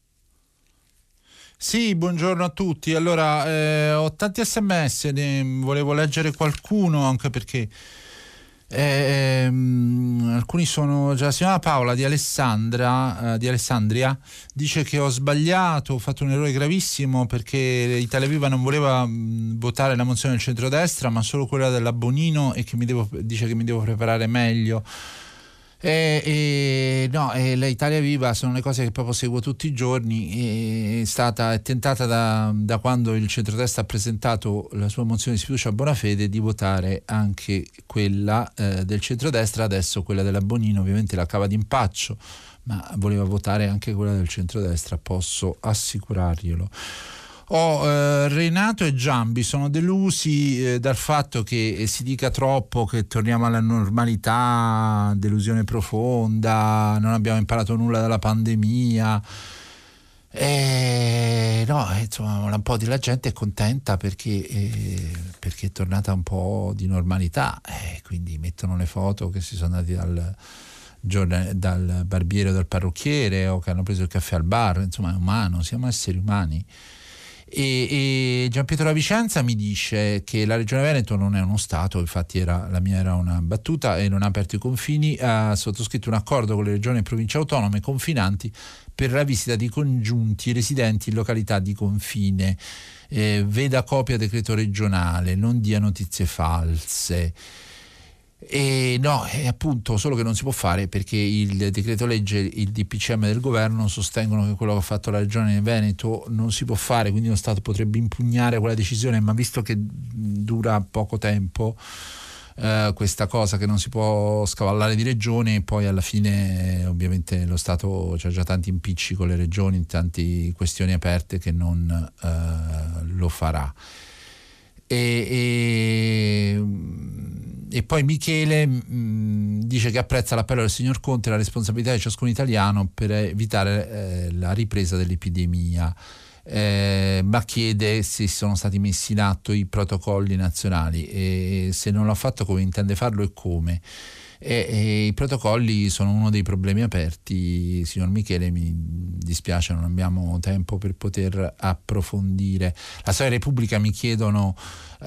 Speaker 2: Sì, buongiorno a tutti. Allora, eh, ho tanti sms, ne volevo leggere qualcuno anche perché eh, ehm, alcuni sono già. La signora Paola di Alessandra, eh, di Alessandria dice che ho sbagliato, ho fatto un errore gravissimo perché Italia Viva non voleva mh, votare la mozione del centrodestra ma solo quella della Bonino e che mi devo, dice che mi devo preparare meglio. E, e, no, e l'Italia Viva sono le cose che proprio seguo tutti i giorni. È stata è tentata da, da quando il centrodestra ha presentato la sua mozione di sfiducia a Bonafede di votare anche quella eh, del centrodestra, adesso quella della Bonino ovviamente la cava d'impaccio, ma voleva votare anche quella del centrodestra, posso assicurarglielo. Oh, eh, Renato e Giambi sono delusi eh, dal fatto che eh, si dica troppo che torniamo alla normalità, delusione profonda, non abbiamo imparato nulla dalla pandemia. Eh, no, insomma, un po' della gente è contenta perché, eh, perché è tornata un po' di normalità, eh, quindi mettono le foto che si sono andati dal, dal barbiere o dal parrucchiere o che hanno preso il caffè al bar. Insomma, è umano, siamo esseri umani. E, e Gianpietro La Vicenza mi dice che la Regione Veneto non è uno Stato, infatti era, la mia era una battuta, e non ha aperto i confini, ha sottoscritto un accordo con le regioni e province autonome confinanti per la visita di congiunti residenti in località di confine. Eh, veda copia decreto regionale, non dia notizie false. E no, è appunto solo che non si può fare perché il decreto legge, il D P C M del governo sostengono che quello che ha fatto la regione Veneto non si può fare, quindi lo Stato potrebbe impugnare quella decisione, ma visto che dura poco tempo eh, questa cosa che non si può scavallare di regione, poi alla fine ovviamente lo Stato c'ha già tanti impicci con le regioni, tante questioni aperte che non eh, lo farà. E, e, e poi Michele mh, dice che apprezza l'appello del signor Conte e la responsabilità di ciascun italiano per evitare eh, la ripresa dell'epidemia, eh, ma chiede se sono stati messi in atto i protocolli nazionali e se non l'ha fatto come intende farlo e come. E, e i protocolli sono uno dei problemi aperti, signor Michele, mi dispiace, non abbiamo tempo per poter approfondire. La storia Repubblica mi chiedono uh,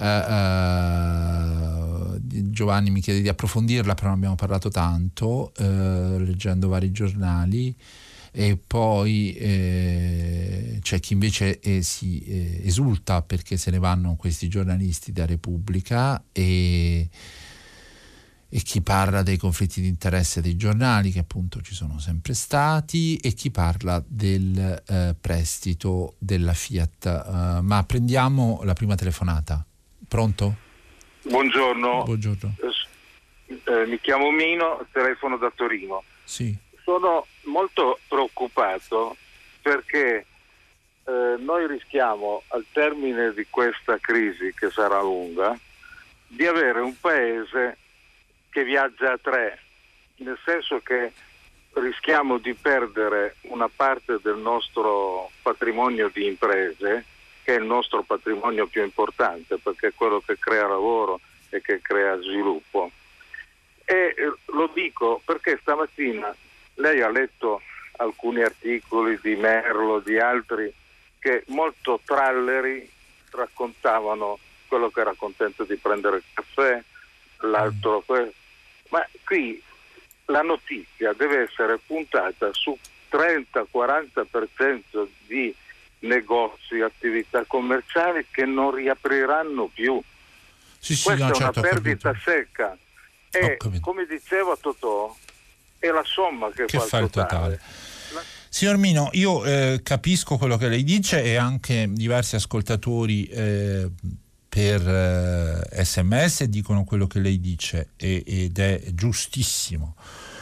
Speaker 2: uh, Giovanni mi chiede di approfondirla, però non abbiamo parlato tanto, uh, leggendo vari giornali. E poi eh, c'è chi invece eh, si eh, esulta perché se ne vanno questi giornalisti da Repubblica, e e chi parla dei conflitti di interesse dei giornali che appunto ci sono sempre stati, e chi parla del eh, prestito della Fiat. Uh, ma prendiamo la prima telefonata. Pronto?
Speaker 3: Buongiorno.
Speaker 2: Buongiorno.
Speaker 3: Eh, mi chiamo Mino, telefono da Torino.
Speaker 2: Sì.
Speaker 3: Sono molto preoccupato perché eh, noi rischiamo al termine di questa crisi, che sarà lunga, di avere un paese che viaggia a tre, nel senso che rischiamo di perdere una parte del nostro patrimonio di imprese, che è il nostro patrimonio più importante perché è quello che crea lavoro e che crea sviluppo, E eh, lo dico perché stamattina lei ha letto alcuni articoli di Merlo, di altri, che molto tralleri raccontavano quello che era contento di prendere il caffè, l'altro questo. Ma qui la notizia deve essere puntata su trenta quaranta per cento di negozi, attività commerciali che non riapriranno più.
Speaker 2: Sì, sì,
Speaker 3: Questa
Speaker 2: no,
Speaker 3: è
Speaker 2: certo,
Speaker 3: una perdita secca e, come diceva Totò, è la somma che,
Speaker 2: che
Speaker 3: fa,
Speaker 2: fa il totale.
Speaker 3: totale. La...
Speaker 2: Signor Mino, io eh, capisco quello che lei dice e anche diversi ascoltatori eh, per eh, sms dicono quello che lei dice e, ed è giustissimo.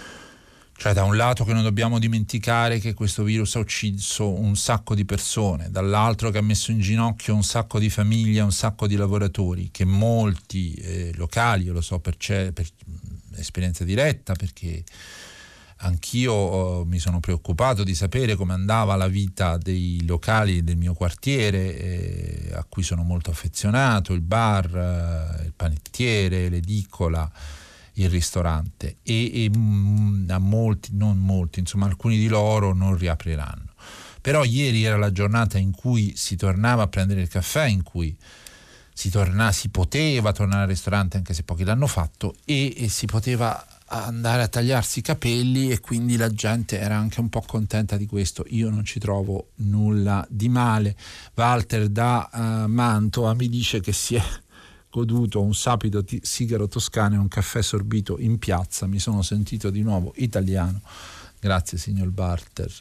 Speaker 2: Cioè, da un lato che non dobbiamo dimenticare che questo virus ha ucciso un sacco di persone, dall'altro che ha messo in ginocchio un sacco di famiglie, un sacco di lavoratori, che molti eh, locali, io lo so per, per esperienza diretta, perché anch'io oh, mi sono preoccupato di sapere come andava la vita dei locali del mio quartiere, eh, a cui sono molto affezionato, il bar, eh, il panettiere, l'edicola, il ristorante, e, e mh, a molti, non molti, insomma alcuni di loro non riapriranno. Però ieri era la giornata in cui si tornava a prendere il caffè, in cui si, torna, si poteva tornare al ristorante, anche se pochi l'hanno fatto, e, e si poteva andare a tagliarsi i capelli, e quindi la gente era anche un po' contenta di questo. Io non ci trovo nulla di male. Walter da uh, Mantova mi dice che si è goduto un sapido t- sigaro toscano e un caffè sorbito in piazza. Mi sono sentito di nuovo italiano. Grazie signor Walter.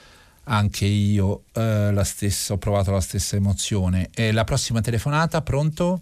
Speaker 2: Anche io eh, la stessa, ho provato la stessa emozione. E la prossima telefonata, pronto?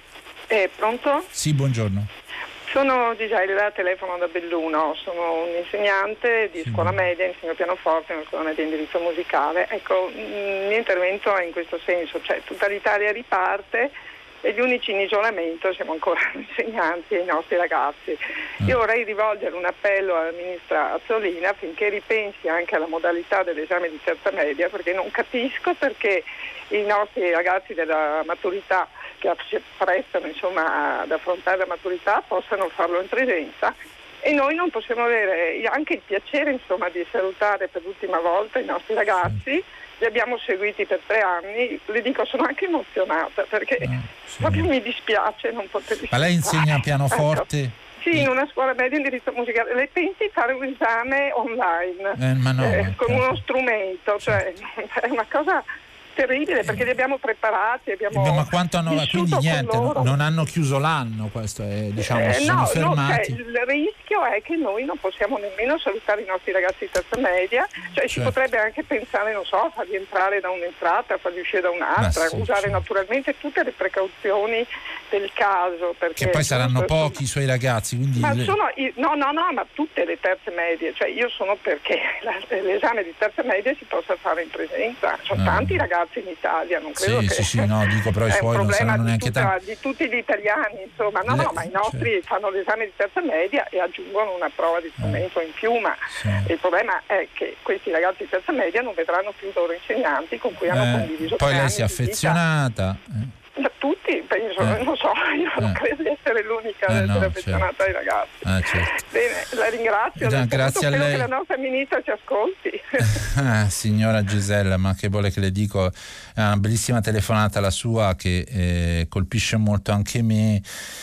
Speaker 4: Eh, pronto?
Speaker 2: Sì, buongiorno.
Speaker 4: Sono Gisella, telefono da Belluno, sono un insegnante di
Speaker 2: sì,
Speaker 4: scuola media, insegno pianoforte nella scuola media di indirizzo musicale. Ecco, il mio intervento è in questo senso, cioè tutta l'Italia riparte e gli unici in isolamento siamo ancora insegnanti e i nostri ragazzi. Io vorrei rivolgere un appello alla ministra Azzolina affinché ripensi anche alla modalità dell'esame di terza media, perché non capisco perché i nostri ragazzi della maturità che si prestano insomma ad affrontare la maturità possano farlo in presenza e noi non possiamo avere anche il piacere insomma di salutare per l'ultima volta i nostri ragazzi. Li abbiamo seguiti per tre anni, le dico sono anche emozionata perché eh, sì. proprio mi dispiace non poterli.
Speaker 2: Ma lei insegna pianoforte?
Speaker 4: Ecco. Sì, in una scuola media di indirizzo musicale. Le pensi fare un esame online
Speaker 2: eh, ma no,
Speaker 4: eh, con
Speaker 2: certo.
Speaker 4: uno strumento, cioè è una cosa terribile perché li abbiamo preparati, abbiamo
Speaker 2: ma quanto hanno, quindi niente, no, non hanno chiuso l'anno, questo è, diciamo,
Speaker 4: eh,
Speaker 2: sono
Speaker 4: no,
Speaker 2: fermati.
Speaker 4: No, cioè, il rischio è che noi non possiamo nemmeno salutare i nostri ragazzi di terza media, cioè certo. Si potrebbe anche pensare, non so, farli entrare da un'entrata, farli uscire da un'altra, sì, usare certo. naturalmente tutte le precauzioni del caso. Perché
Speaker 2: che poi saranno
Speaker 4: sono,
Speaker 2: pochi i suoi ragazzi, quindi
Speaker 4: ma
Speaker 2: le...
Speaker 4: sono, no, no, no, ma tutte le terze medie, cioè io sono perché la, l'esame di terza media si possa fare in presenza, sono ah. tanti ragazzi in Italia. Non credo
Speaker 2: sì,
Speaker 4: che
Speaker 2: sì, sì, no, dico però i suoi non saranno neanche tanti.
Speaker 4: Di tutti gli italiani, insomma, no, Le, no, ma i nostri cioè... fanno l'esame di terza media e aggiungono una prova di strumento eh. in più, ma sì. il problema è che questi ragazzi di terza media non vedranno più i loro insegnanti con cui hanno
Speaker 2: eh,
Speaker 4: condiviso.
Speaker 2: Poi lei si è affezionata.
Speaker 4: Da tutti, penso, eh. non so, io non eh. credo di essere l'unica ad
Speaker 2: eh,
Speaker 4: essere
Speaker 2: no,
Speaker 4: affezionata
Speaker 2: certo.
Speaker 4: ai ragazzi.
Speaker 2: Eh, certo.
Speaker 4: Bene, la ringrazio.
Speaker 2: Già, grazie a lei.
Speaker 4: Spero che la nostra ministra ci ascolti.
Speaker 2: Ah, signora Gisella, ma che vuole che le dico? È una bellissima telefonata la sua che eh, colpisce molto anche me.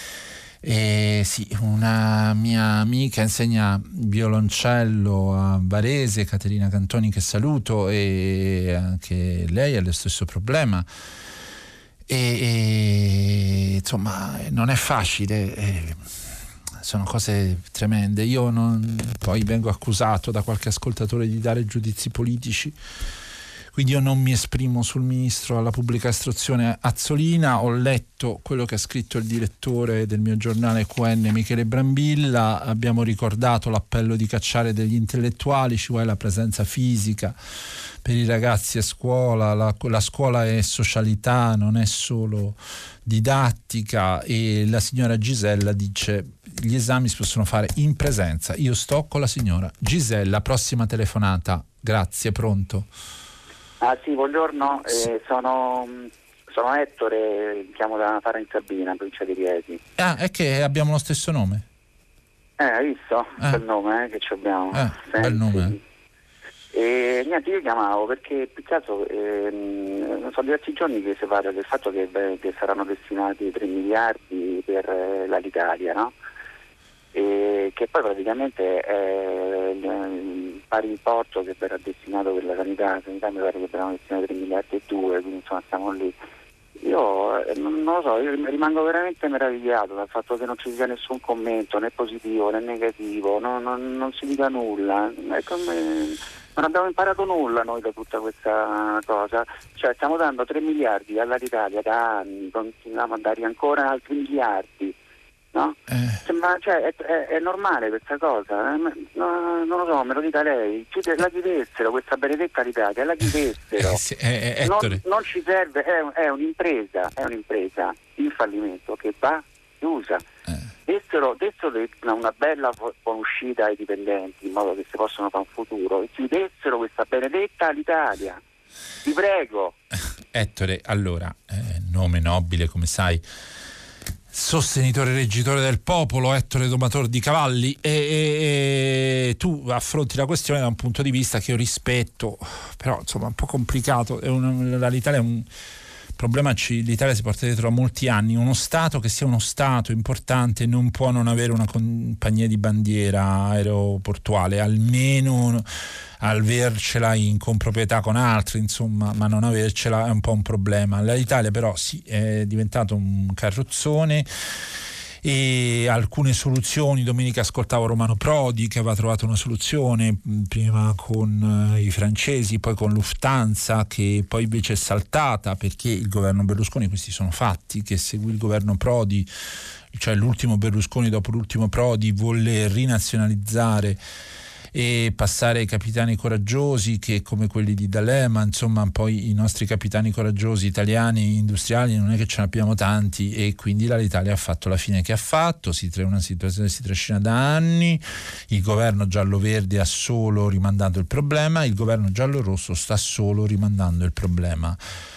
Speaker 2: E sì, una mia amica insegna violoncello a Varese, Caterina Cantoni, che saluto, e anche lei ha lo stesso problema. E, e insomma non è facile, e sono cose tremende. Io non, poi vengo accusato da qualche ascoltatore di dare giudizi politici, quindi io non mi esprimo sul ministro alla pubblica istruzione Azzolina. Ho letto quello che ha scritto il direttore del mio giornale Q N, Michele Brambilla. Abbiamo ricordato l'appello di cacciare degli intellettuali, ci vuole la presenza fisica per i ragazzi a scuola, la, la scuola è socialità, non è solo didattica, e la signora Gisella dice gli esami si possono fare in presenza. Io sto con la signora Gisella. Prossima telefonata, grazie. Pronto?
Speaker 5: Ah sì, buongiorno, sì. Eh, sono, sono Ettore, chiamo da Fara in Sabina, provincia di Rieti.
Speaker 2: Ah, è che abbiamo lo stesso nome?
Speaker 5: Eh, hai visto?
Speaker 2: Eh.
Speaker 5: Quel nome eh, che ci abbiamo.
Speaker 2: Eh, bel nome.
Speaker 5: E niente, io chiamavo perché per caso ehm, non so, diversi giorni che si parla del fatto che, beh, che saranno destinati tre miliardi per eh, l'Alitalia, no? E che poi praticamente è il pari importo che verrà destinato per la sanità. La sanità mi pare che verranno destinati tre miliardi e due, quindi insomma stiamo lì. Io eh, non, non lo so, io rimango veramente meravigliato dal fatto che non ci sia nessun commento, né positivo né negativo, no, non, non si dica nulla. È come, non abbiamo imparato nulla noi da tutta questa cosa. Cioè stiamo dando tre miliardi all'Italia da anni, continuiamo a dare ancora altri miliardi, no?
Speaker 2: Eh.
Speaker 5: Sembra, cioè, è, è, è normale questa cosa, eh? No, non lo so, me lo dica lei. Chiude, la chiudessero questa benedetta l'Italia, la chiudessero.
Speaker 2: Eh, sì, eh, eh,
Speaker 5: non, non ci serve, è, è un'impresa, è un'impresa in fallimento che va chiusa.
Speaker 2: Eh.
Speaker 5: Dessero, dessero una bella buonuscita ai dipendenti in modo che si possano fare un futuro e chiudessero questa benedetta all'Italia. Vi prego.
Speaker 2: Ettore, allora, eh, nome nobile come sai, sostenitore e reggitore del popolo, Ettore Domator di Cavalli, e, e, e tu affronti la questione da un punto di vista che io rispetto, però insomma è un po' complicato. È una, l'Italia è un problema, ci, l'Italia si porta dietro da molti anni. Uno Stato che sia uno Stato importante non può non avere una compagnia di bandiera aeroportuale, almeno avercela in comproprietà con altri, insomma, ma non avercela è un po' un problema. L'Italia però sì, è diventato un carrozzone e alcune soluzioni. Domenica ascoltavo Romano Prodi che aveva trovato una soluzione prima con i francesi, poi con Lufthansa, che poi invece è saltata perché il governo Berlusconi, questi sono fatti, che seguì il governo Prodi, cioè l'ultimo Berlusconi dopo l'ultimo Prodi, volle rinazionalizzare e passare ai capitani coraggiosi che come quelli di D'Alema, insomma poi i nostri capitani coraggiosi italiani industriali non è che ce ne abbiamo tanti, e quindi l'Italia ha fatto la fine che ha fatto. Si tra una situazione che si trascina da anni, il governo giallo-verde ha solo rimandato il problema, il governo giallo-rosso sta solo rimandando il problema.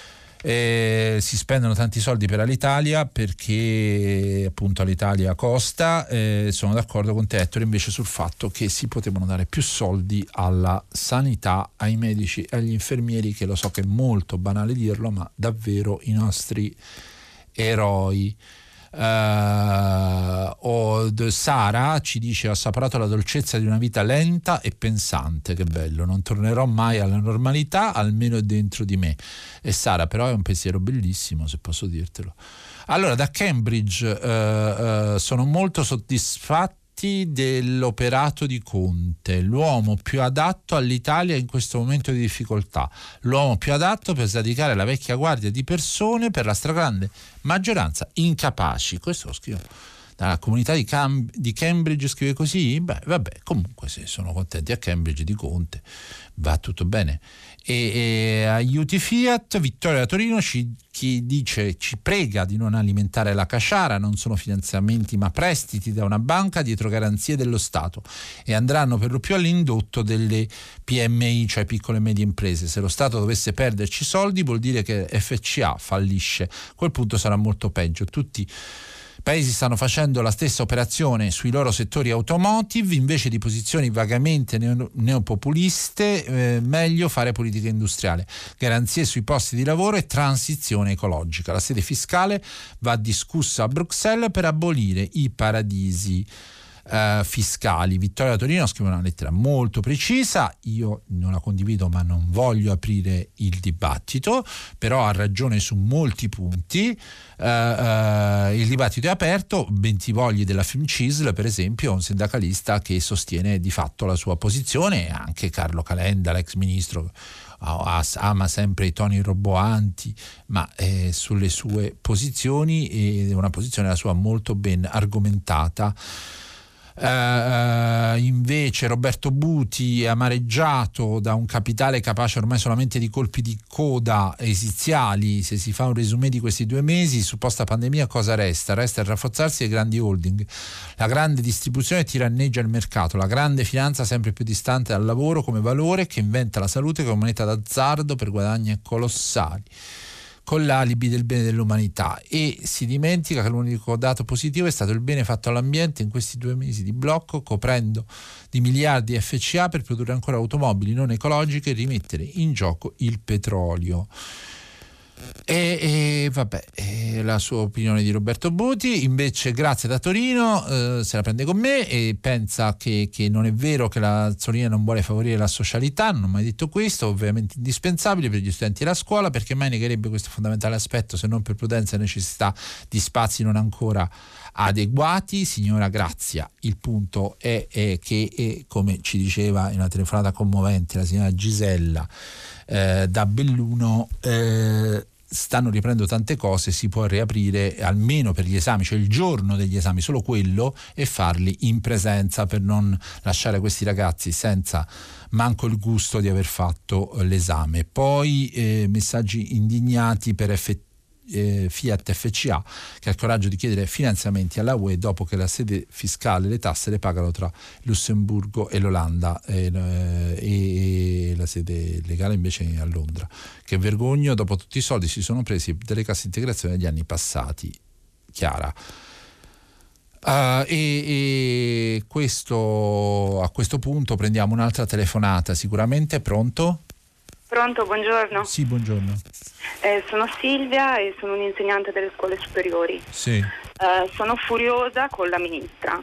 Speaker 2: Eh, si spendono tanti soldi per l'Italia perché appunto all'Italia costa. Eh, sono d'accordo con te, Ettore, invece sul fatto che si potevano dare più soldi alla sanità, ai medici e agli infermieri, che lo so che è molto banale dirlo, ma davvero i nostri eroi. Uh, o Sara ci dice: ho assaporato la dolcezza di una vita lenta e pensante, che bello, non tornerò mai alla normalità, almeno dentro di me. E Sara però è un pensiero bellissimo, se posso dirtelo. Allora, da Cambridge uh, uh, sono molto soddisfatto dell'operato di Conte, l'uomo più adatto all'Italia in questo momento di difficoltà, l'uomo più adatto per sradicare la vecchia guardia di persone, per la stragrande maggioranza incapaci. Questo lo scrivo dalla comunità di, Cam- di Cambridge, scrive così. Beh, vabbè, comunque se sono contenti a Cambridge di Conte va tutto bene. E, e aiuti Fiat, Vittorio da Torino ci chi dice ci prega di non alimentare la caciara, non sono finanziamenti ma prestiti da una banca dietro garanzie dello Stato, e andranno per lo più all'indotto delle P M I, cioè piccole e medie imprese. Se lo Stato dovesse perderci soldi vuol dire che F C A fallisce, a quel punto sarà molto peggio. Tutti paesi stanno facendo la stessa operazione sui loro settori automotive, invece di posizioni vagamente neo- neopopuliste, eh, meglio fare politica industriale, garanzie sui posti di lavoro e transizione ecologica. La sede fiscale va discussa a Bruxelles per abolire i paradisi Uh, fiscali. Vittoria Torino scrive una lettera molto precisa, io non la condivido ma non voglio aprire il dibattito, però ha ragione su molti punti. Uh, uh, il dibattito è aperto. Bentivogli della Filmcisl, per esempio, è un sindacalista che sostiene di fatto la sua posizione, e anche Carlo Calenda, l'ex ministro, ama sempre i toni roboanti, ma eh, sulle sue posizioni, è una posizione la sua molto ben argomentata. Uh, invece Roberto Buti è amareggiato da un capitale capace ormai solamente di colpi di coda esiziali. Se si fa un resume di questi due mesi su post pandemia, cosa resta? Resta il rafforzarsi dei grandi holding, la grande distribuzione tiranneggia il mercato, la grande finanza sempre più distante dal lavoro come valore, che inventa la salute come moneta d'azzardo per guadagni colossali. con l'alibi del bene dell'umanità, e si dimentica che l'unico dato positivo è stato il bene fatto all'ambiente in questi due mesi di blocco, coprendo di miliardi F C A per produrre ancora automobili non ecologiche e rimettere in gioco il petrolio. E, e vabbè, e la sua opinione di Roberto Buti. Invece Grazia da Torino eh, se la prende con me e pensa che, che non è vero che la Azzurrina non vuole favorire la socialità. Non ho mai detto questo, ovviamente indispensabile per gli studenti e la scuola, perché mai negherebbe questo fondamentale aspetto se non per prudenza e necessità di spazi non ancora adeguati. Signora Grazia, il punto è, è che è, come ci diceva in una telefonata commovente la signora Gisella eh, da Belluno, eh, stanno riprendendo tante cose, si può riaprire almeno per gli esami, cioè il giorno degli esami, solo quello, e farli in presenza per non lasciare questi ragazzi senza manco il gusto di aver fatto l'esame. Poi eh, messaggi indignati per F- eh, Fiat F C A, che ha il coraggio di chiedere finanziamenti alla U E dopo che la sede fiscale, le tasse le pagano tra Lussemburgo e l'Olanda, eh, e, e la sede legale invece è a Londra. Che vergogno, dopo tutti i soldi si sono presi delle casse integrazione degli anni passati. Chiara. Uh, e, e questo, a questo punto prendiamo un'altra telefonata, sicuramente. Pronto?
Speaker 6: Pronto, buongiorno.
Speaker 2: Sì, buongiorno.
Speaker 6: Eh, sono Silvia e sono un'insegnante delle scuole superiori.
Speaker 2: Sì.
Speaker 6: Eh, sono furiosa con la ministra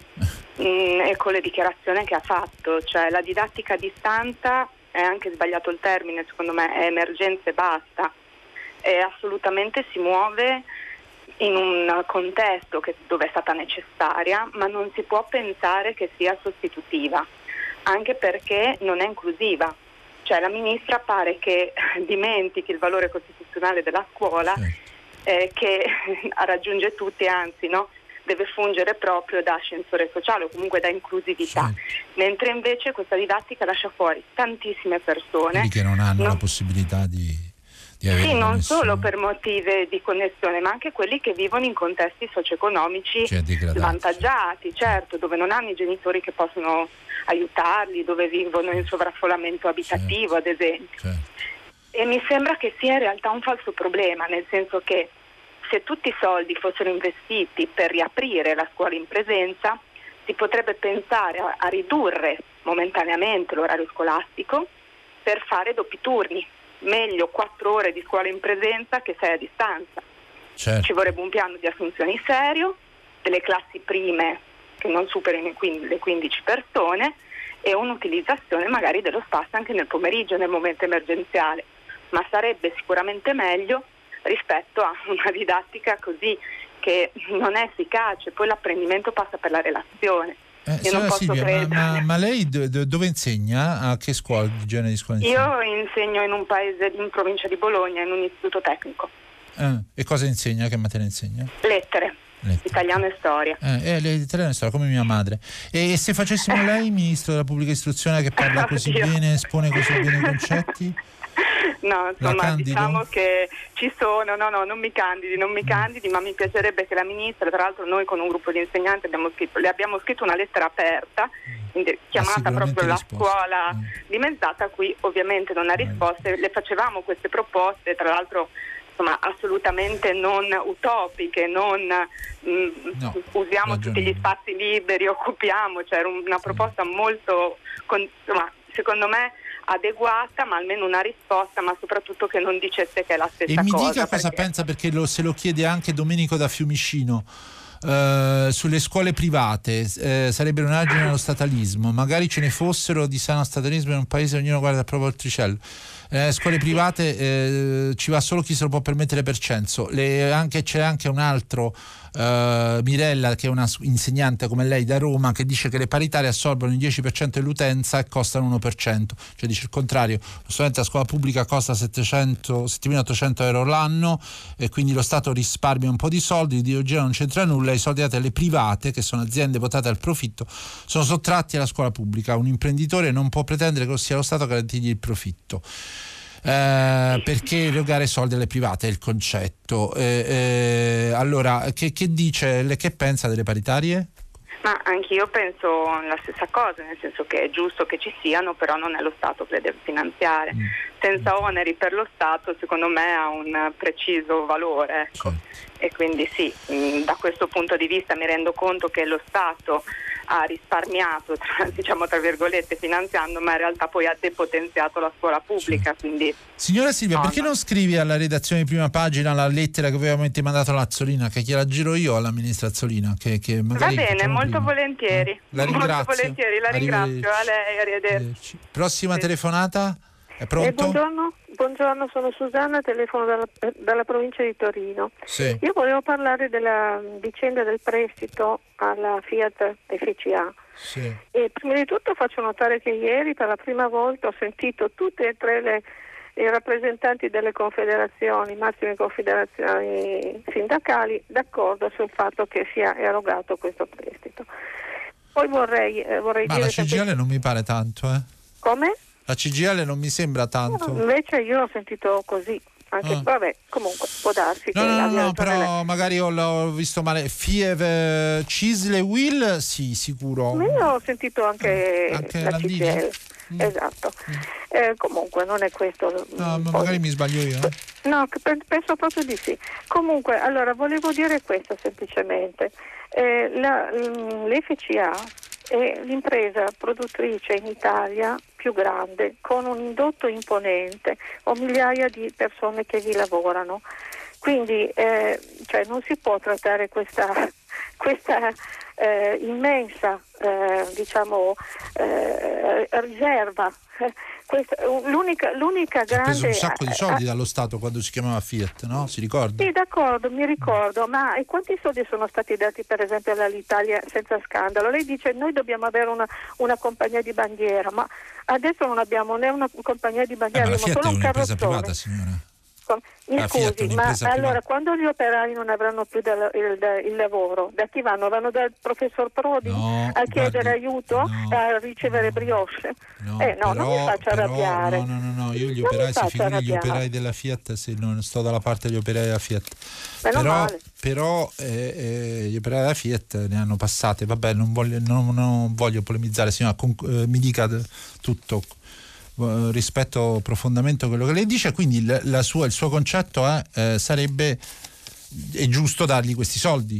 Speaker 6: mh, e con le dichiarazioni che ha fatto, cioè la didattica a distanza, è anche sbagliato il termine, secondo me è emergenza e basta, e assolutamente si muove in un contesto che, dove è stata necessaria, ma non si può pensare che sia sostitutiva, anche perché non è inclusiva. Cioè la ministra pare che dimentichi il valore costituzionale della scuola, sì. eh, che raggiunge tutti, anzi no, deve fungere proprio da ascensore sociale o comunque da inclusività, sì. Mentre invece questa didattica lascia fuori tantissime persone.
Speaker 2: Quelli che non hanno
Speaker 6: no?
Speaker 2: la possibilità di...
Speaker 6: Sì, non solo per motivi di connessione, ma anche quelli che vivono in contesti socio-economici
Speaker 2: cioè
Speaker 6: svantaggiati, certo, dove non hanno i genitori che possono aiutarli, dove vivono in sovraffollamento abitativo, certo. Ad esempio. Certo. E mi sembra che sia in realtà un falso problema, nel senso che se tutti i soldi fossero investiti per riaprire la scuola in presenza, si potrebbe pensare a, a ridurre momentaneamente l'orario scolastico per fare doppi turni. Meglio quattro ore di scuola in presenza che sei a distanza.
Speaker 2: Certo.
Speaker 6: Ci vorrebbe un piano di assunzioni serio, delle classi prime che non superino le quindici persone e un'utilizzazione magari dello spazio anche nel pomeriggio, nel momento emergenziale, ma sarebbe sicuramente meglio rispetto a una didattica così che non è efficace. Poi l'apprendimento passa per la relazione.
Speaker 2: Eh, Io non posso Silvia, ma, ma, ma lei do, do, dove insegna? A che scuola? Di genere di scuola insegna?
Speaker 6: Io insegno in un paese in provincia di Bologna, in un istituto tecnico.
Speaker 2: Eh, e cosa insegna? Che materia insegna?
Speaker 6: Lettere, Lettere. Italiano e storia.
Speaker 2: Eh, eh, l'italiano e storia, come mia madre. E, e se facessimo lei, ministro della pubblica istruzione, che parla così
Speaker 6: Oddio.
Speaker 2: bene, espone così bene i concetti?
Speaker 6: No, insomma, diciamo che ci sono, no, no, non mi candidi, non mi candidi, ma mi piacerebbe che la ministra, tra l'altro noi con un gruppo di insegnanti abbiamo scritto, le abbiamo scritto una lettera aperta, indi, chiamata proprio la
Speaker 2: risposto.
Speaker 6: scuola
Speaker 2: mm.
Speaker 6: dimezzata, qui ovviamente non ha risposte, le facevamo queste proposte, tra l'altro insomma assolutamente non utopiche, non mh,
Speaker 2: no,
Speaker 6: usiamo
Speaker 2: ragione.
Speaker 6: tutti gli spazi liberi, occupiamo, cioè una proposta molto, con, insomma, secondo me adeguata, ma almeno una risposta, ma soprattutto che non dicesse che è la stessa cosa.
Speaker 2: E mi dica cosa
Speaker 6: perché...
Speaker 2: pensa, perché lo, se lo chiede anche Domenico da Fiumicino, uh, sulle scuole private, eh, sarebbero un argine allo statalismo, magari ce ne fossero di sano statalismo in un paese ognuno guarda proprio oltrecello. Eh, scuole private eh, ci va solo chi se lo può permettere per censo. Le, anche, c'è anche un altro Uh, Mirella, che è una insegnante come lei da Roma, che dice che le paritarie assorbono il dieci per cento dell'utenza e costano l'uno per cento, cioè dice il contrario. Lo studente a scuola pubblica costa settecento, settemilaottocento euro l'anno e quindi lo Stato risparmia un po' di soldi, l'ideologia non c'entra nulla, i soldi dati alle private, che sono aziende votate al profitto, sono sottratti alla scuola pubblica. Un imprenditore non può pretendere che sia lo Stato a garantirgli il profitto. Eh, perché erogare soldi alle private è il concetto. Eh, eh, allora, che, che dice, che pensa delle paritarie?
Speaker 6: Ma anch'io penso la stessa cosa, nel senso che è giusto che ci siano, però non è lo Stato che le deve finanziare. Mm. senza oneri per lo Stato, secondo me ha un preciso valore, ecco.
Speaker 2: Certo.
Speaker 6: E quindi sì, mh, da questo punto di vista mi rendo conto che lo Stato ha risparmiato, tra, diciamo tra virgolette, finanziando, ma in realtà poi ha depotenziato la scuola pubblica. Sì. Quindi,
Speaker 2: signora Silvia,
Speaker 6: no,
Speaker 2: perché
Speaker 6: no.
Speaker 2: non scrivi alla redazione di Prima Pagina la lettera che avevamente mandato all'Azzolina, che gliela giro io alla ministra Azzolina, che, che magari
Speaker 6: va bene, molto
Speaker 2: prima.
Speaker 6: volentieri.
Speaker 2: Eh? La ringrazio.
Speaker 6: Molto volentieri, la ringrazio. A lei, arrivederci.
Speaker 2: Arrivederci. Prossima
Speaker 6: sì.
Speaker 2: telefonata? È pronto?
Speaker 7: Eh, buongiorno, buongiorno, sono Susanna, telefono dalla, dalla provincia di Torino.
Speaker 2: Sì.
Speaker 7: Io volevo parlare della vicenda del prestito alla Fiat F C A.
Speaker 2: Sì.
Speaker 7: E prima di tutto faccio notare che ieri per la prima volta ho sentito tutte e tre le, i rappresentanti delle confederazioni, massime confederazioni sindacali, d'accordo sul fatto che sia erogato questo prestito. Poi vorrei, eh, vorrei
Speaker 2: Ma
Speaker 7: dire...
Speaker 2: la C G I L
Speaker 7: che...
Speaker 2: non mi pare tanto, eh?
Speaker 7: Come?
Speaker 2: La C G I L non mi sembra tanto.
Speaker 7: No, invece io ho sentito così. Anche,
Speaker 2: ah.
Speaker 7: Vabbè, comunque può darsi
Speaker 2: no,
Speaker 7: che
Speaker 2: no, no,
Speaker 7: abbia
Speaker 2: no però
Speaker 7: lei.
Speaker 2: magari ho, l'ho visto male. Fiev eh, Cisle Will, sì, sicuro.
Speaker 7: Ma io ho sentito anche,
Speaker 2: anche
Speaker 7: la
Speaker 2: Landini?
Speaker 7: C G I L.
Speaker 2: Mm.
Speaker 7: Esatto.
Speaker 2: Mm.
Speaker 7: Eh, comunque non è questo.
Speaker 2: No, ma
Speaker 7: poi...
Speaker 2: magari mi sbaglio io. Eh?
Speaker 7: No, penso proprio di sì. Comunque, allora, volevo dire questo semplicemente. Eh, la, l'F C A è l'impresa produttrice in Italia più grande, con un indotto imponente, ho migliaia di persone che vi lavorano. Quindi eh, cioè non si può trattare questa, questa eh, immensa eh, diciamo eh, riserva. Questa, l'unica, l'unica grande...
Speaker 2: Ha preso un sacco di soldi dallo Stato quando si chiamava Fiat, no? Si ricorda?
Speaker 7: Sì, d'accordo, mi ricordo, ma e quanti soldi sono stati dati per esempio all'Italia senza scandalo? Lei dice noi dobbiamo avere una, una compagnia di bandiera, ma adesso non abbiamo né una compagnia di bandiera,
Speaker 2: eh, ma la
Speaker 7: abbiamo
Speaker 2: Fiat
Speaker 7: solo
Speaker 2: è
Speaker 7: un
Speaker 2: un'impresa
Speaker 7: carrozzone.
Speaker 2: privata, signora.
Speaker 7: Mi
Speaker 2: la
Speaker 7: scusi,
Speaker 2: Fiat è
Speaker 7: ma
Speaker 2: un'impresa
Speaker 7: allora
Speaker 2: privata.
Speaker 7: quando gli operai non avranno più da, il, da, il lavoro, da chi vanno? Vanno dal professor Prodi
Speaker 2: No,
Speaker 7: a chiedere
Speaker 2: guardi,
Speaker 7: aiuto,
Speaker 2: no,
Speaker 7: a ricevere
Speaker 2: no,
Speaker 7: brioche?
Speaker 2: No,
Speaker 7: eh no,
Speaker 2: però,
Speaker 7: non mi faccia
Speaker 2: però,
Speaker 7: arrabbiare.
Speaker 2: No, no, no, no, io gli
Speaker 7: Non
Speaker 2: operai,
Speaker 7: mi
Speaker 2: si
Speaker 7: faccia
Speaker 2: figuri gli
Speaker 7: arrabbiare.
Speaker 2: operai della Fiat, se non sto dalla parte degli operai della Fiat.
Speaker 7: Meno
Speaker 2: Però,
Speaker 7: male.
Speaker 2: però eh, eh, gli operai della Fiat ne hanno passate, vabbè, non voglio, non, non voglio polemizzare, signora, con, eh, mi dica tutto. Rispetto profondamente a quello che lei dice, quindi la, la sua, il suo concetto è eh, sarebbe è giusto dargli questi soldi?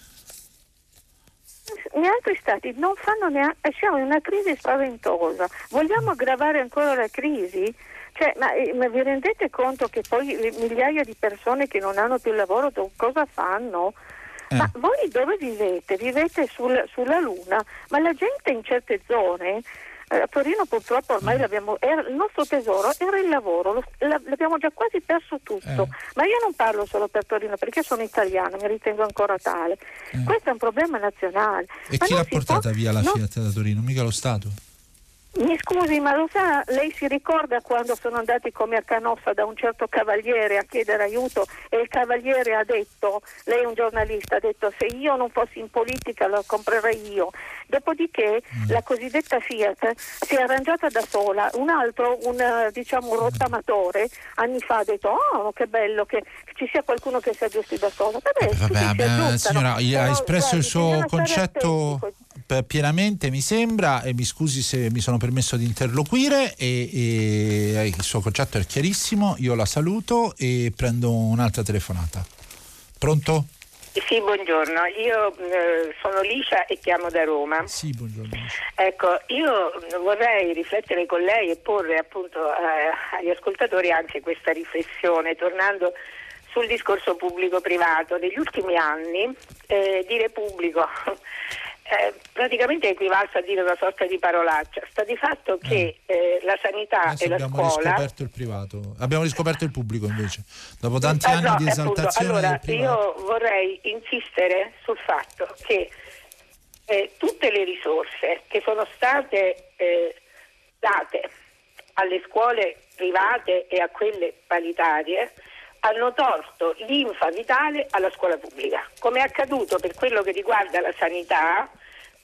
Speaker 7: Gli altri stati non fanno neanche, siamo in una crisi spaventosa, vogliamo aggravare ancora la crisi? Cioè, ma, ma vi rendete conto che poi le migliaia di persone che non hanno più lavoro do, cosa fanno? Eh. Ma voi dove vivete? Vivete sul, sulla Luna, ma la gente in certe zone, a Torino purtroppo ormai l'abbiamo, era, il nostro tesoro era il lavoro, lo, l'abbiamo già quasi perso tutto, eh. ma io non parlo solo per Torino perché sono italiana, mi ritengo ancora tale, eh. questo è un problema nazionale.
Speaker 2: E
Speaker 7: ma
Speaker 2: chi l'ha portata
Speaker 7: può,
Speaker 2: via la
Speaker 7: non,
Speaker 2: Fiat da Torino? Mica lo Stato?
Speaker 7: Mi scusi, ma lo sa, lei si ricorda quando sono andati come a Canossa da un certo cavaliere a chiedere aiuto e il cavaliere ha detto, lei è un giornalista, ha detto se io non fossi in politica lo comprerei io. Dopodiché mm. la cosiddetta Fiat si è arrangiata da sola, un altro, un, diciamo un rottamatore, anni fa ha detto oh che bello che ci sia qualcuno che si aggiusti da sola. Vabbè,
Speaker 2: vabbè, vabbè signora,
Speaker 7: Però,
Speaker 2: ha espresso
Speaker 7: guardi,
Speaker 2: il suo concetto pienamente, mi sembra, e mi scusi se mi sono permesso di interloquire, e, e il suo concetto è chiarissimo, io la saluto e prendo un'altra telefonata. Pronto?
Speaker 8: Sì, buongiorno, io eh, sono Licia e chiamo da Roma.
Speaker 2: Sì, buongiorno.
Speaker 8: Ecco, io vorrei riflettere con lei e porre appunto eh, agli ascoltatori anche questa riflessione, tornando sul discorso pubblico-privato. Negli ultimi anni eh, dire pubblico eh, praticamente è equivalso a dire una sorta di parolaccia. Sta di fatto che eh, la sanità
Speaker 2: Adesso
Speaker 8: e la
Speaker 2: abbiamo
Speaker 8: scuola...
Speaker 2: Abbiamo riscoperto il privato, abbiamo riscoperto il pubblico invece, dopo tanti
Speaker 8: eh,
Speaker 2: anni
Speaker 8: no,
Speaker 2: di esaltazione
Speaker 8: allora,
Speaker 2: del privato.
Speaker 8: Io vorrei insistere sul fatto che eh, tutte le risorse che sono state eh, date alle scuole private e a quelle paritarie hanno tolto linfa vitale alla scuola pubblica, come è accaduto per quello che riguarda la sanità,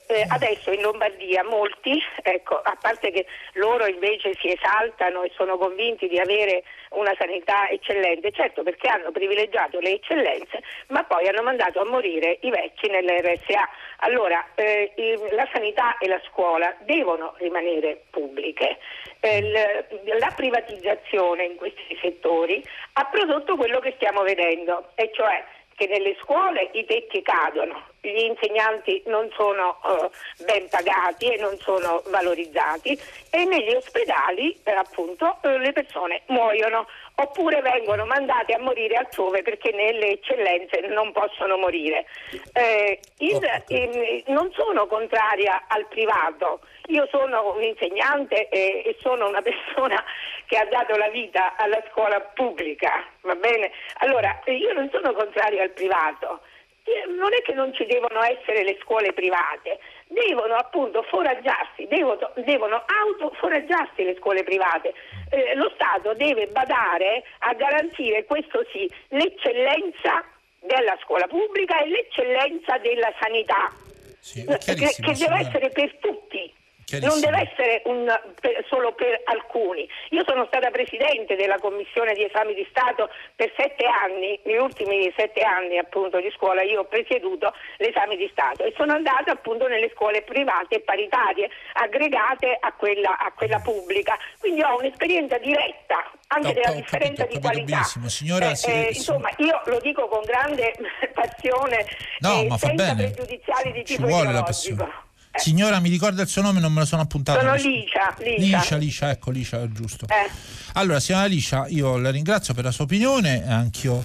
Speaker 8: eh, adesso in Lombardia molti, ecco, a parte che loro invece si esaltano e sono convinti di avere una sanità eccellente, certo, perché hanno privilegiato le eccellenze, ma poi hanno mandato a morire i vecchi nell'R S A. Allora, eh, la sanità e la scuola devono rimanere pubbliche. Eh, l- la privatizzazione in questi settori ha prodotto quello che stiamo vedendo, e cioè che nelle scuole i tetti cadono, gli insegnanti non sono uh, ben pagati e non sono valorizzati, e negli ospedali eh, appunto eh, le persone muoiono oppure vengono mandate a morire altrove perché nelle eccellenze non possono morire. Eh, il, eh, non sono contraria al privato, io sono un insegnante e, e sono una persona che ha dato la vita alla scuola pubblica, va bene? Allora, io non sono contraria al privato. Non è che non ci devono essere le scuole private, devono appunto foraggiarsi, devono, devono autoforaggiarsi le scuole private. Eh, lo Stato deve badare a garantire, questo sì, l'eccellenza della scuola pubblica e l'eccellenza della sanità,
Speaker 2: sì,
Speaker 8: che, che deve essere per tutti. Non deve essere un, per, solo per alcuni. Io sono stata presidente della commissione di esami di Stato per sette anni, negli ultimi sette anni appunto di scuola io ho presieduto l'esame di Stato e sono andata appunto nelle scuole private e paritarie aggregate a quella, a quella pubblica, quindi ho un'esperienza diretta anche no, della ho differenza capito, di qualità.
Speaker 2: Signora,
Speaker 8: eh,
Speaker 2: si,
Speaker 8: eh,
Speaker 2: si...
Speaker 8: Insomma, io lo dico con grande passione,
Speaker 2: no,
Speaker 8: eh,
Speaker 2: ma fa
Speaker 8: senza
Speaker 2: bene.
Speaker 8: pregiudiziali di
Speaker 2: Ci
Speaker 8: tipo
Speaker 2: vuole
Speaker 8: ideologico.
Speaker 2: la passione. Signora, mi ricorda il suo nome, non me lo sono appuntato.
Speaker 8: Sono Licia, Licia.
Speaker 2: Licia, Licia, ecco, Licia, è giusto.
Speaker 8: Eh.
Speaker 2: Allora, signora Licia, io la ringrazio per la sua opinione, anch'io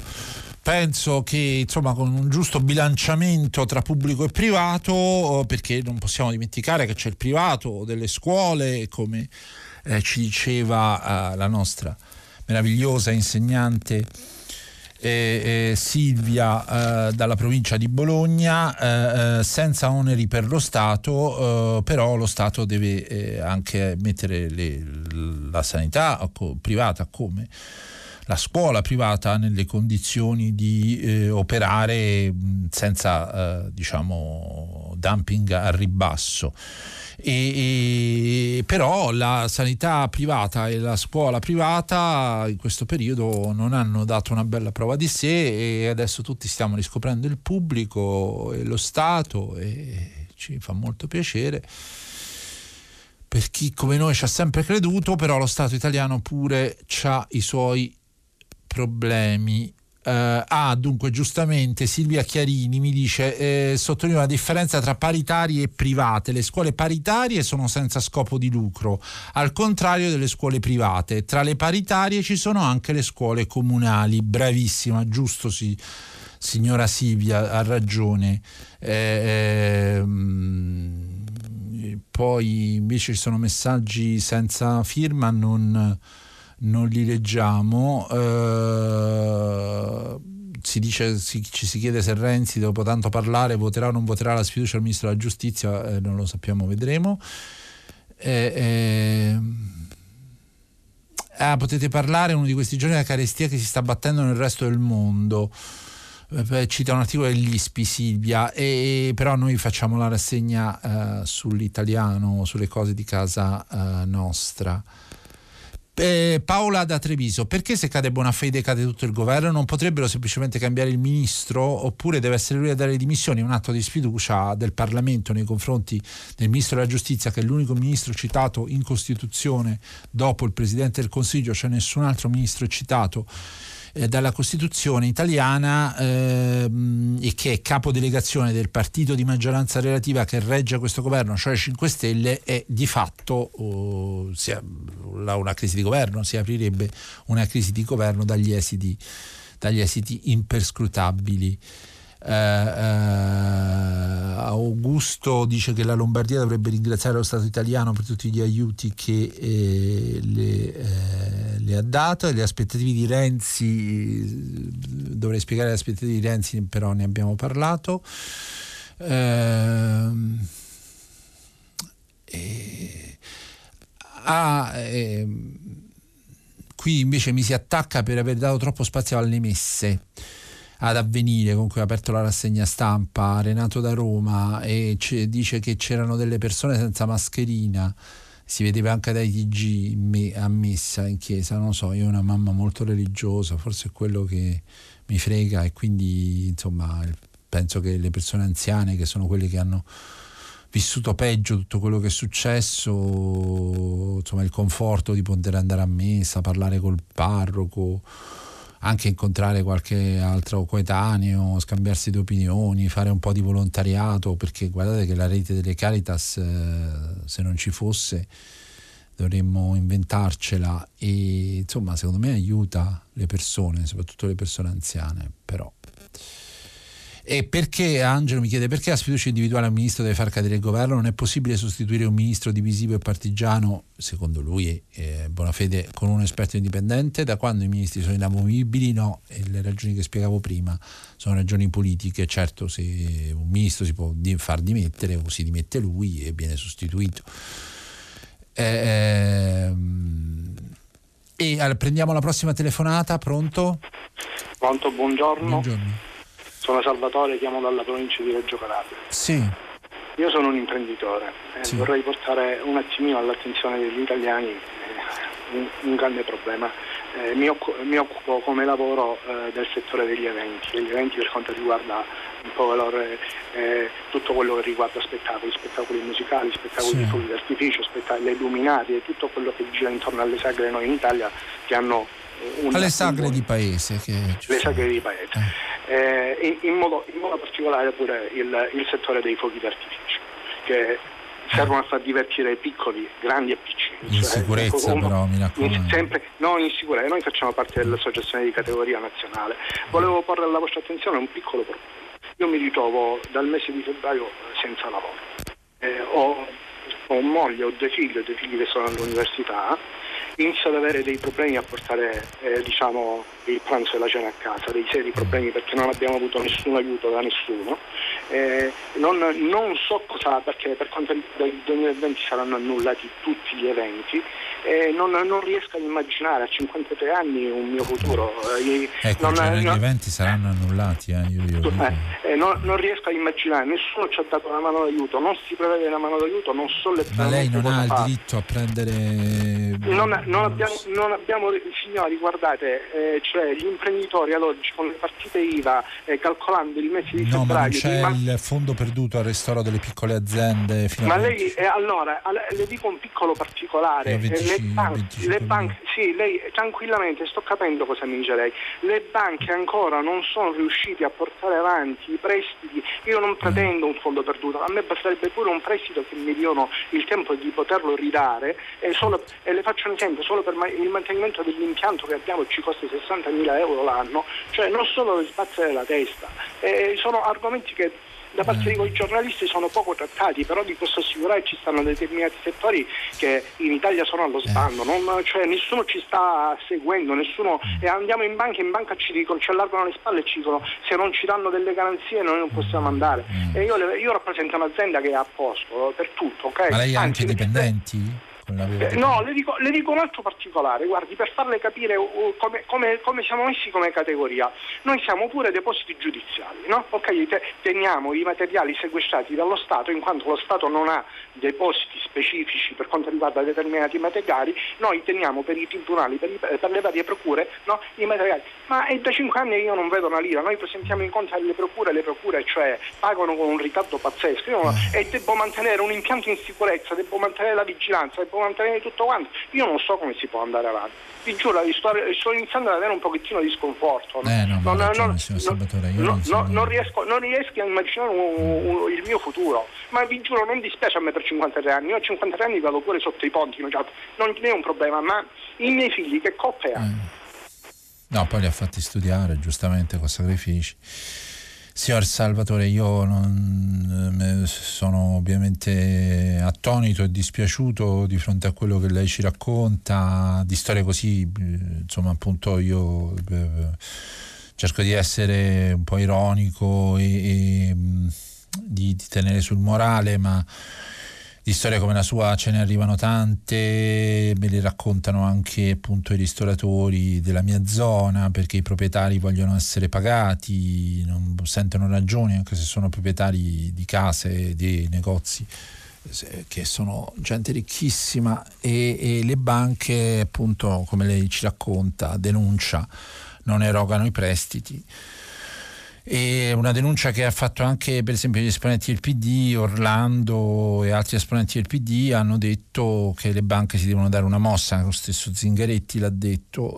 Speaker 2: penso che, insomma, con un giusto bilanciamento tra pubblico e privato, perché non possiamo dimenticare che c'è il privato delle scuole, come eh, ci diceva eh, la nostra meravigliosa insegnante Eh, eh, Silvia eh, dalla provincia di Bologna, eh, eh, senza oneri per lo Stato, eh, però lo Stato deve eh, anche mettere le, la sanità co- privata come la scuola privata nelle condizioni di eh, operare mh, senza eh, diciamo dumping al ribasso. E, e però la sanità privata e la scuola privata in questo periodo non hanno dato una bella prova di sé, e adesso tutti stiamo riscoprendo il pubblico e lo Stato, e ci fa molto piacere per chi come noi ci ha sempre creduto, però lo Stato italiano pure ha i suoi problemi. Uh, ah, dunque giustamente Silvia Chiarini mi dice eh, sottolineo la differenza tra paritarie e private. Le scuole paritarie sono senza scopo di lucro, al contrario delle scuole private. Tra le paritarie ci sono anche le scuole comunali. Bravissima, giusto, sì, signora Silvia, ha ragione. eh, ehm, poi invece ci sono messaggi senza firma, non non li leggiamo. Uh, si dice, si, ci si chiede se Renzi, dopo tanto parlare, voterà o non voterà la sfiducia al ministro della giustizia. Eh, non lo sappiamo, vedremo. Eh, eh, ah, potete parlare uno di questi giorni della carestia che si sta battendo nel resto del mondo. Eh, cita un articolo dell'I S P I, Silvia, e, però noi facciamo la rassegna eh, sull'italiano, sulle cose di casa eh, nostra. Eh, Paola da Treviso: perché se cade Bonafede cade tutto il governo? Non potrebbero semplicemente cambiare il ministro? Oppure deve essere lui a dare le dimissioni? Un atto di sfiducia del Parlamento nei confronti del ministro della giustizia, che è l'unico ministro citato in Costituzione dopo il Presidente del Consiglio, cioè nessun altro ministro è citato eh, dalla Costituzione italiana, ehm, e che è capodelegazione del partito di maggioranza relativa che regge questo governo, cioè cinque Stelle, e di fatto oh, sia una crisi di governo, si aprirebbe una crisi di governo dagli esiti, dagli esiti imperscrutabili. Uh, uh, Augusto dice che la Lombardia dovrebbe ringraziare lo Stato italiano per tutti gli aiuti che eh, le, eh, le ha dato, e le aspettative di Renzi, dovrei spiegare le aspettative di Renzi, però ne abbiamo parlato. Uh, e, ah, eh, qui invece mi si attacca per aver dato troppo spazio alle messe. ad Avvenire, comunque ha aperto la rassegna stampa, Renato da Roma, e c- dice che c'erano delle persone senza mascherina, si vedeva anche dai T G me- a messa in chiesa. Non so, io ho una mamma molto religiosa, forse è quello che mi frega, e quindi insomma penso che le persone anziane, che sono quelle che hanno vissuto peggio tutto quello che è successo, insomma il conforto di poter andare a messa, parlare col parroco, anche incontrare qualche altro coetaneo, scambiarsi di opinioni, fare un po' di volontariato, perché guardate che la rete delle Caritas, eh, se non ci fosse dovremmo inventarcela, e insomma secondo me aiuta le persone, soprattutto le persone anziane. Però e perché, Angelo mi chiede, perché la sfiducia individuale al ministro deve far cadere il governo? Non è possibile sostituire un ministro divisivo e partigiano, secondo lui, eh, Bonafede, con un esperto indipendente? Da quando i ministri sono inamovibili? No, e le ragioni che spiegavo prima sono ragioni politiche. Certo, se un ministro si può far dimettere, o si dimette lui e viene sostituito. Eh, e allora, prendiamo la prossima telefonata. Pronto?
Speaker 9: Pronto, buongiorno.
Speaker 2: Buongiorno.
Speaker 9: Sono Salvatore, chiamo dalla provincia di Reggio Calabria.
Speaker 2: Sì.
Speaker 9: Io sono un imprenditore e
Speaker 2: sì.
Speaker 9: vorrei portare un attimino all'attenzione degli italiani eh, un, un grande problema. Eh, mi, occupo, mi occupo come lavoro eh, del settore degli eventi, degli eventi per quanto riguarda un po' valore, eh, tutto quello che riguarda spettacoli, spettacoli musicali, spettacoli sì. di fuochi d'artificio, spettacoli, le luminarie, tutto quello che gira intorno alle sagre noi in Italia, che hanno una,
Speaker 2: alle sagre un, di paese. Che
Speaker 9: le sagre di paese. Eh. Eh, in, in, modo, in modo particolare pure il, il settore dei fuochi d'artificio, che servono a far divertire piccoli, grandi e piccini.
Speaker 2: In
Speaker 9: cioè,
Speaker 2: sicurezza,
Speaker 9: un,
Speaker 2: però mi raccomando.
Speaker 9: In, sempre, no, in sicurezza. Noi facciamo parte dell'associazione di categoria nazionale. Volevo porre alla vostra attenzione un piccolo problema. Io mi ritrovo dal mese di febbraio senza lavoro. Eh, ho, ho moglie, ho due figli, ho due figli che sono all'università. Inizio ad avere dei problemi a portare eh, diciamo il pranzo e la cena a casa, dei seri problemi, perché non abbiamo avuto nessun aiuto da nessuno. Eh, non, non so cosa, perché per quanto riguarda il duemilaventi saranno annullati tutti gli eventi, eh, non, non riesco a immaginare a cinquantatré anni un mio futuro. Eh,
Speaker 2: ecco,
Speaker 9: non,
Speaker 2: cioè,
Speaker 9: non,
Speaker 2: gli eventi saranno annullati. Eh, io, io, io.
Speaker 9: Eh, eh, non, non riesco a immaginare, nessuno ci ha dato una mano d'aiuto, non si prevede una mano d'aiuto, non so letteralmente.
Speaker 2: Ma lei non ha il
Speaker 9: fare.
Speaker 2: diritto a prendere.
Speaker 9: Non, non, abbiamo, non abbiamo, signori, guardate, eh, cioè gli imprenditori ad oggi con le partite I V A, eh, calcolando il mese di
Speaker 2: no,
Speaker 9: febbraio.
Speaker 2: Ma non c'è
Speaker 9: ma...
Speaker 2: il fondo perduto al ristoro delle piccole aziende.
Speaker 9: Ma lei, eh, allora, le dico un piccolo particolare.
Speaker 2: venticinque,
Speaker 9: le banche,
Speaker 2: venticinque
Speaker 9: le banche, sì, lei tranquillamente, sto capendo cosa mi dice lei. Le banche ancora non sono riuscite a portare avanti i prestiti. Io non pretendo un fondo perduto, a me basterebbe pure un prestito che mi diano il tempo di poterlo ridare, e, solo, e le faccio un esempio, solo per il mantenimento dell'impianto che abbiamo ci costa sessantamila euro l'anno, cioè non solo le sbazzere la testa. Eh, sono argomenti che da parte di voi giornalisti sono poco trattati, però vi posso assicurare che ci stanno determinati settori che in Italia sono allo sbando, non, cioè nessuno ci sta seguendo, nessuno, e andiamo in banca, in banca ci dicono, ci allargano le spalle e ci dicono se non ci danno delle garanzie noi non possiamo andare. E io, io rappresento un'azienda che è a posto per tutto, ok?
Speaker 2: Ma lei ha anche
Speaker 9: Anzi,
Speaker 2: dipendenti?
Speaker 9: Eh, no, le dico, le dico un altro particolare, guardi, per farle capire uh, come, come, come siamo messi come categoria. Noi siamo pure depositi giudiziali, no? Ok, te, teniamo i materiali sequestrati dallo Stato, in quanto lo Stato non ha depositi specifici per quanto riguarda determinati materiali, noi teniamo per i tribunali, per, i, per le varie procure, no, i materiali. Ma è da cinque anni io non vedo una lira, noi presentiamo in conto alle procure, le procure cioè pagano con un ritardo pazzesco. Io, e devo mantenere un impianto in sicurezza, devo mantenere la vigilanza, devo mantenere tutto quanto. Io non so come si può andare avanti. Vi giuro, sto, sto iniziando ad avere un pochettino di sconforto. No?
Speaker 2: Eh, no,
Speaker 9: non,
Speaker 2: ragione,
Speaker 9: non, non, non, non, riesco, non riesco a immaginare un, un, il mio futuro. Ma vi giuro, non dispiace a me per cinquantatré anni. Io a cinquantatré anni vado pure sotto i ponti, non è un problema, ma i miei figli che coppe hanno?
Speaker 2: Eh. No, poi li ha fatti studiare, giustamente, con sacrifici. Signor Salvatore, io non, sono ovviamente attonito e dispiaciuto di fronte a quello che lei ci racconta, di storie così, insomma, appunto io eh, cerco di essere un po' ironico e, e di, di tenere sul morale, ma Di storie come la sua ce ne arrivano tante, me le raccontano anche appunto i ristoratori della mia zona, perché i proprietari vogliono essere pagati, non sentono ragioni, anche se sono proprietari di case, di negozi, che sono gente ricchissima, e, e le banche, appunto, come lei ci racconta, denuncia, non erogano i prestiti. E una denuncia che ha fatto anche per esempio gli esponenti del P D, Orlando e altri esponenti del P D hanno detto che le banche si devono dare una mossa, lo stesso Zingaretti l'ha detto,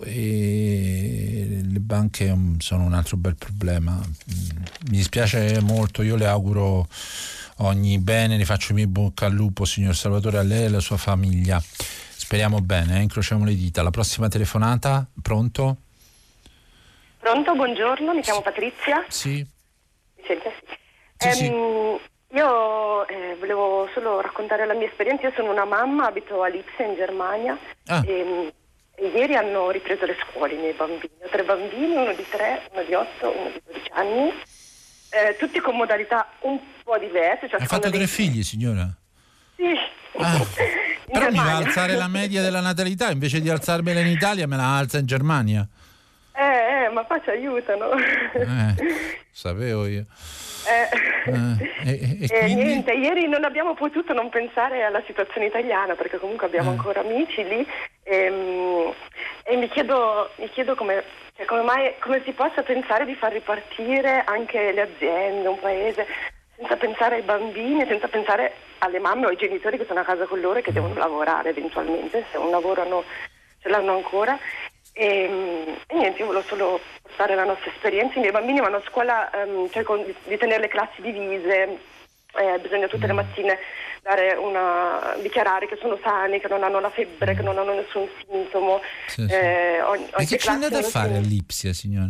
Speaker 2: e le banche sono un altro bel problema. Mi dispiace molto, io le auguro ogni bene, le faccio i miei bocca al lupo, signor Salvatore, a lei e alla sua famiglia, speriamo bene, eh? Incrociamo le dita. La prossima telefonata, pronto?
Speaker 10: Pronto, buongiorno, mi chiamo Patrizia.
Speaker 2: Sì.
Speaker 10: Mi sente?
Speaker 2: Sì,
Speaker 10: ehm,
Speaker 2: sì.
Speaker 10: Io eh, volevo solo raccontare la mia esperienza. Io sono una mamma, abito a Lipsia in Germania.
Speaker 2: Ah.
Speaker 10: E, e ieri hanno ripreso le scuole i miei bambini. Ho tre bambini, uno di tre, uno di otto, uno di dodici anni, eh, tutti con modalità un po' diverse. Cioè
Speaker 2: Hai fatto tre
Speaker 10: dei...
Speaker 2: figli, signora?
Speaker 10: Sì.
Speaker 2: Ah. Però
Speaker 10: Germania.
Speaker 2: mi va a alzare la media della natalità, invece di alzarmela in Italia me la alza in Germania.
Speaker 10: Eh, eh, ma qua ci aiutano.
Speaker 2: Eh, sapevo io.
Speaker 10: Eh,
Speaker 2: eh, e, e
Speaker 10: e
Speaker 2: quindi...
Speaker 10: niente, ieri non abbiamo potuto non pensare alla situazione italiana, perché comunque abbiamo
Speaker 2: eh.
Speaker 10: ancora amici lì, e, e mi chiedo, mi chiedo come, cioè come mai, come si possa pensare di far ripartire anche le aziende, un paese, senza pensare ai bambini, senza pensare alle mamme o ai genitori che sono a casa con loro e che devono lavorare eventualmente, se non lavorano ce l'hanno ancora. E, e niente, io volevo solo portare la nostra esperienza. I miei bambini vanno a scuola, um, cerco di, di tenere le classi divise, eh, bisogna tutte le mattine dare una, dichiarare che sono sani, che non hanno la febbre, che non hanno nessun sintomo.
Speaker 2: Sì, sì.
Speaker 10: Eh, ogni,
Speaker 2: e che ci andate a fare
Speaker 10: sin...
Speaker 2: a Lipsia, signora?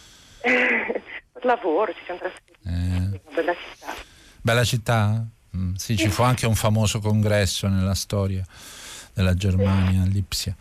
Speaker 10: Per lavoro ci siamo trasferiti.
Speaker 2: Eh.
Speaker 10: Una bella città.
Speaker 2: Bella città? Mm, sì, ci fu anche un famoso congresso nella storia della Germania, a Lipsia.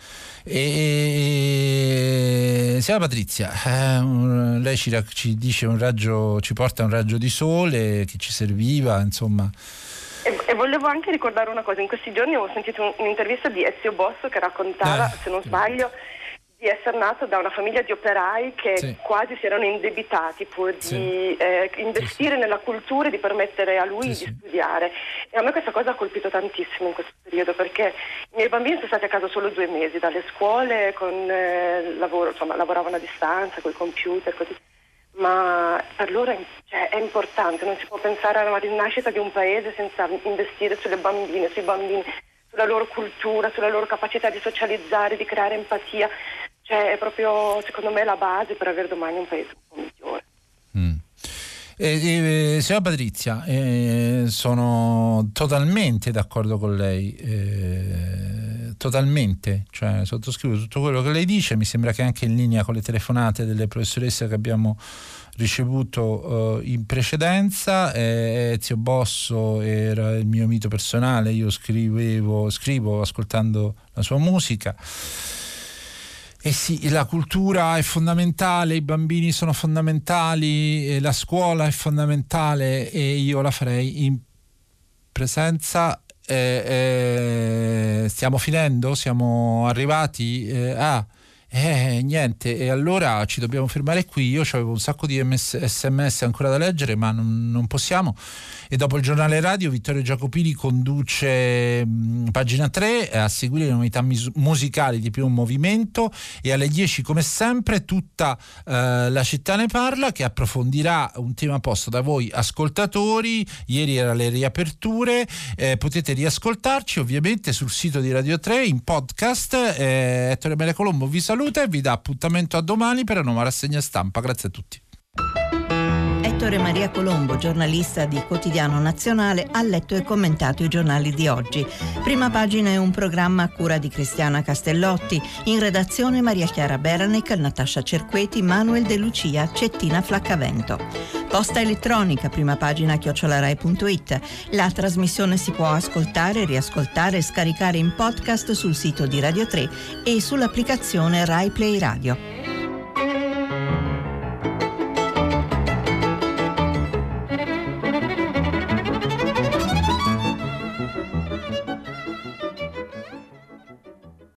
Speaker 2: E signora Patrizia, eh, lei ci, ci dice un raggio, ci porta un raggio di sole che ci serviva, insomma.
Speaker 10: E, e volevo anche ricordare una cosa: in questi giorni ho sentito un, un'intervista di Ezio Bosso che raccontava, eh, se non sbaglio, di essere nato da una famiglia di operai che
Speaker 2: sì.
Speaker 10: quasi si erano indebitati pur di
Speaker 2: sì.
Speaker 10: eh, investire sì. nella cultura e di permettere a lui
Speaker 2: sì,
Speaker 10: di
Speaker 2: sì.
Speaker 10: studiare. E a me questa cosa ha colpito tantissimo in questo periodo, perché i miei bambini sono stati a casa solo due mesi dalle scuole, con eh, lavoro, insomma, lavoravano a distanza, con i computer, così. Ma per loro è, cioè, è importante, non si può pensare alla rinascita di un paese senza investire sulle bambine, sui bambini, sulla loro cultura, sulla loro capacità di socializzare, di creare empatia. Cioè, è proprio, secondo me, la base per avere domani un paese un po' migliore.
Speaker 2: Mm. Eh, eh, signora Patrizia, eh, sono totalmente d'accordo con lei, eh, totalmente, cioè sottoscrivo tutto quello che lei dice. Mi sembra che anche in linea con le telefonate delle professoresse che abbiamo ricevuto eh, in precedenza. eh, Ezio Bosso era il mio mito personale, io scrivevo, scrivo ascoltando la sua musica. E sì, la cultura è fondamentale, i bambini sono fondamentali, la scuola è fondamentale, e io la farei in presenza. Eh, eh, stiamo finendo? Siamo arrivati? Eh, ah, eh, niente, e allora ci dobbiamo fermare qui. Io avevo un sacco di sms ancora da leggere, ma non, non possiamo. E dopo il giornale radio Vittorio Giacopini conduce mh, pagina tre, a seguire le novità mis- musicali di Primo Movimento, e alle dieci come sempre tutta eh, la città ne parla, che approfondirà un tema posto da voi ascoltatori. Ieri era le riaperture, eh, potete riascoltarci ovviamente sul sito di Radio tre in podcast. eh, Ettore Maria Colombo vi saluta e vi dà appuntamento a domani per una nuova rassegna stampa. Grazie a tutti.
Speaker 1: Ettore Maria Colombo, giornalista di Quotidiano Nazionale, ha letto e commentato i giornali di oggi. Prima Pagina è un programma a cura di Cristiana Castellotti, in redazione Maria Chiara Beranec, Natascia Cerqueti, Manuel De Lucia, Cettina Flaccavento. Posta elettronica primapagina chiocciola rai punto it. La trasmissione si può ascoltare, riascoltare e scaricare in podcast sul sito di Radio tre e sull'applicazione Rai Play Radio.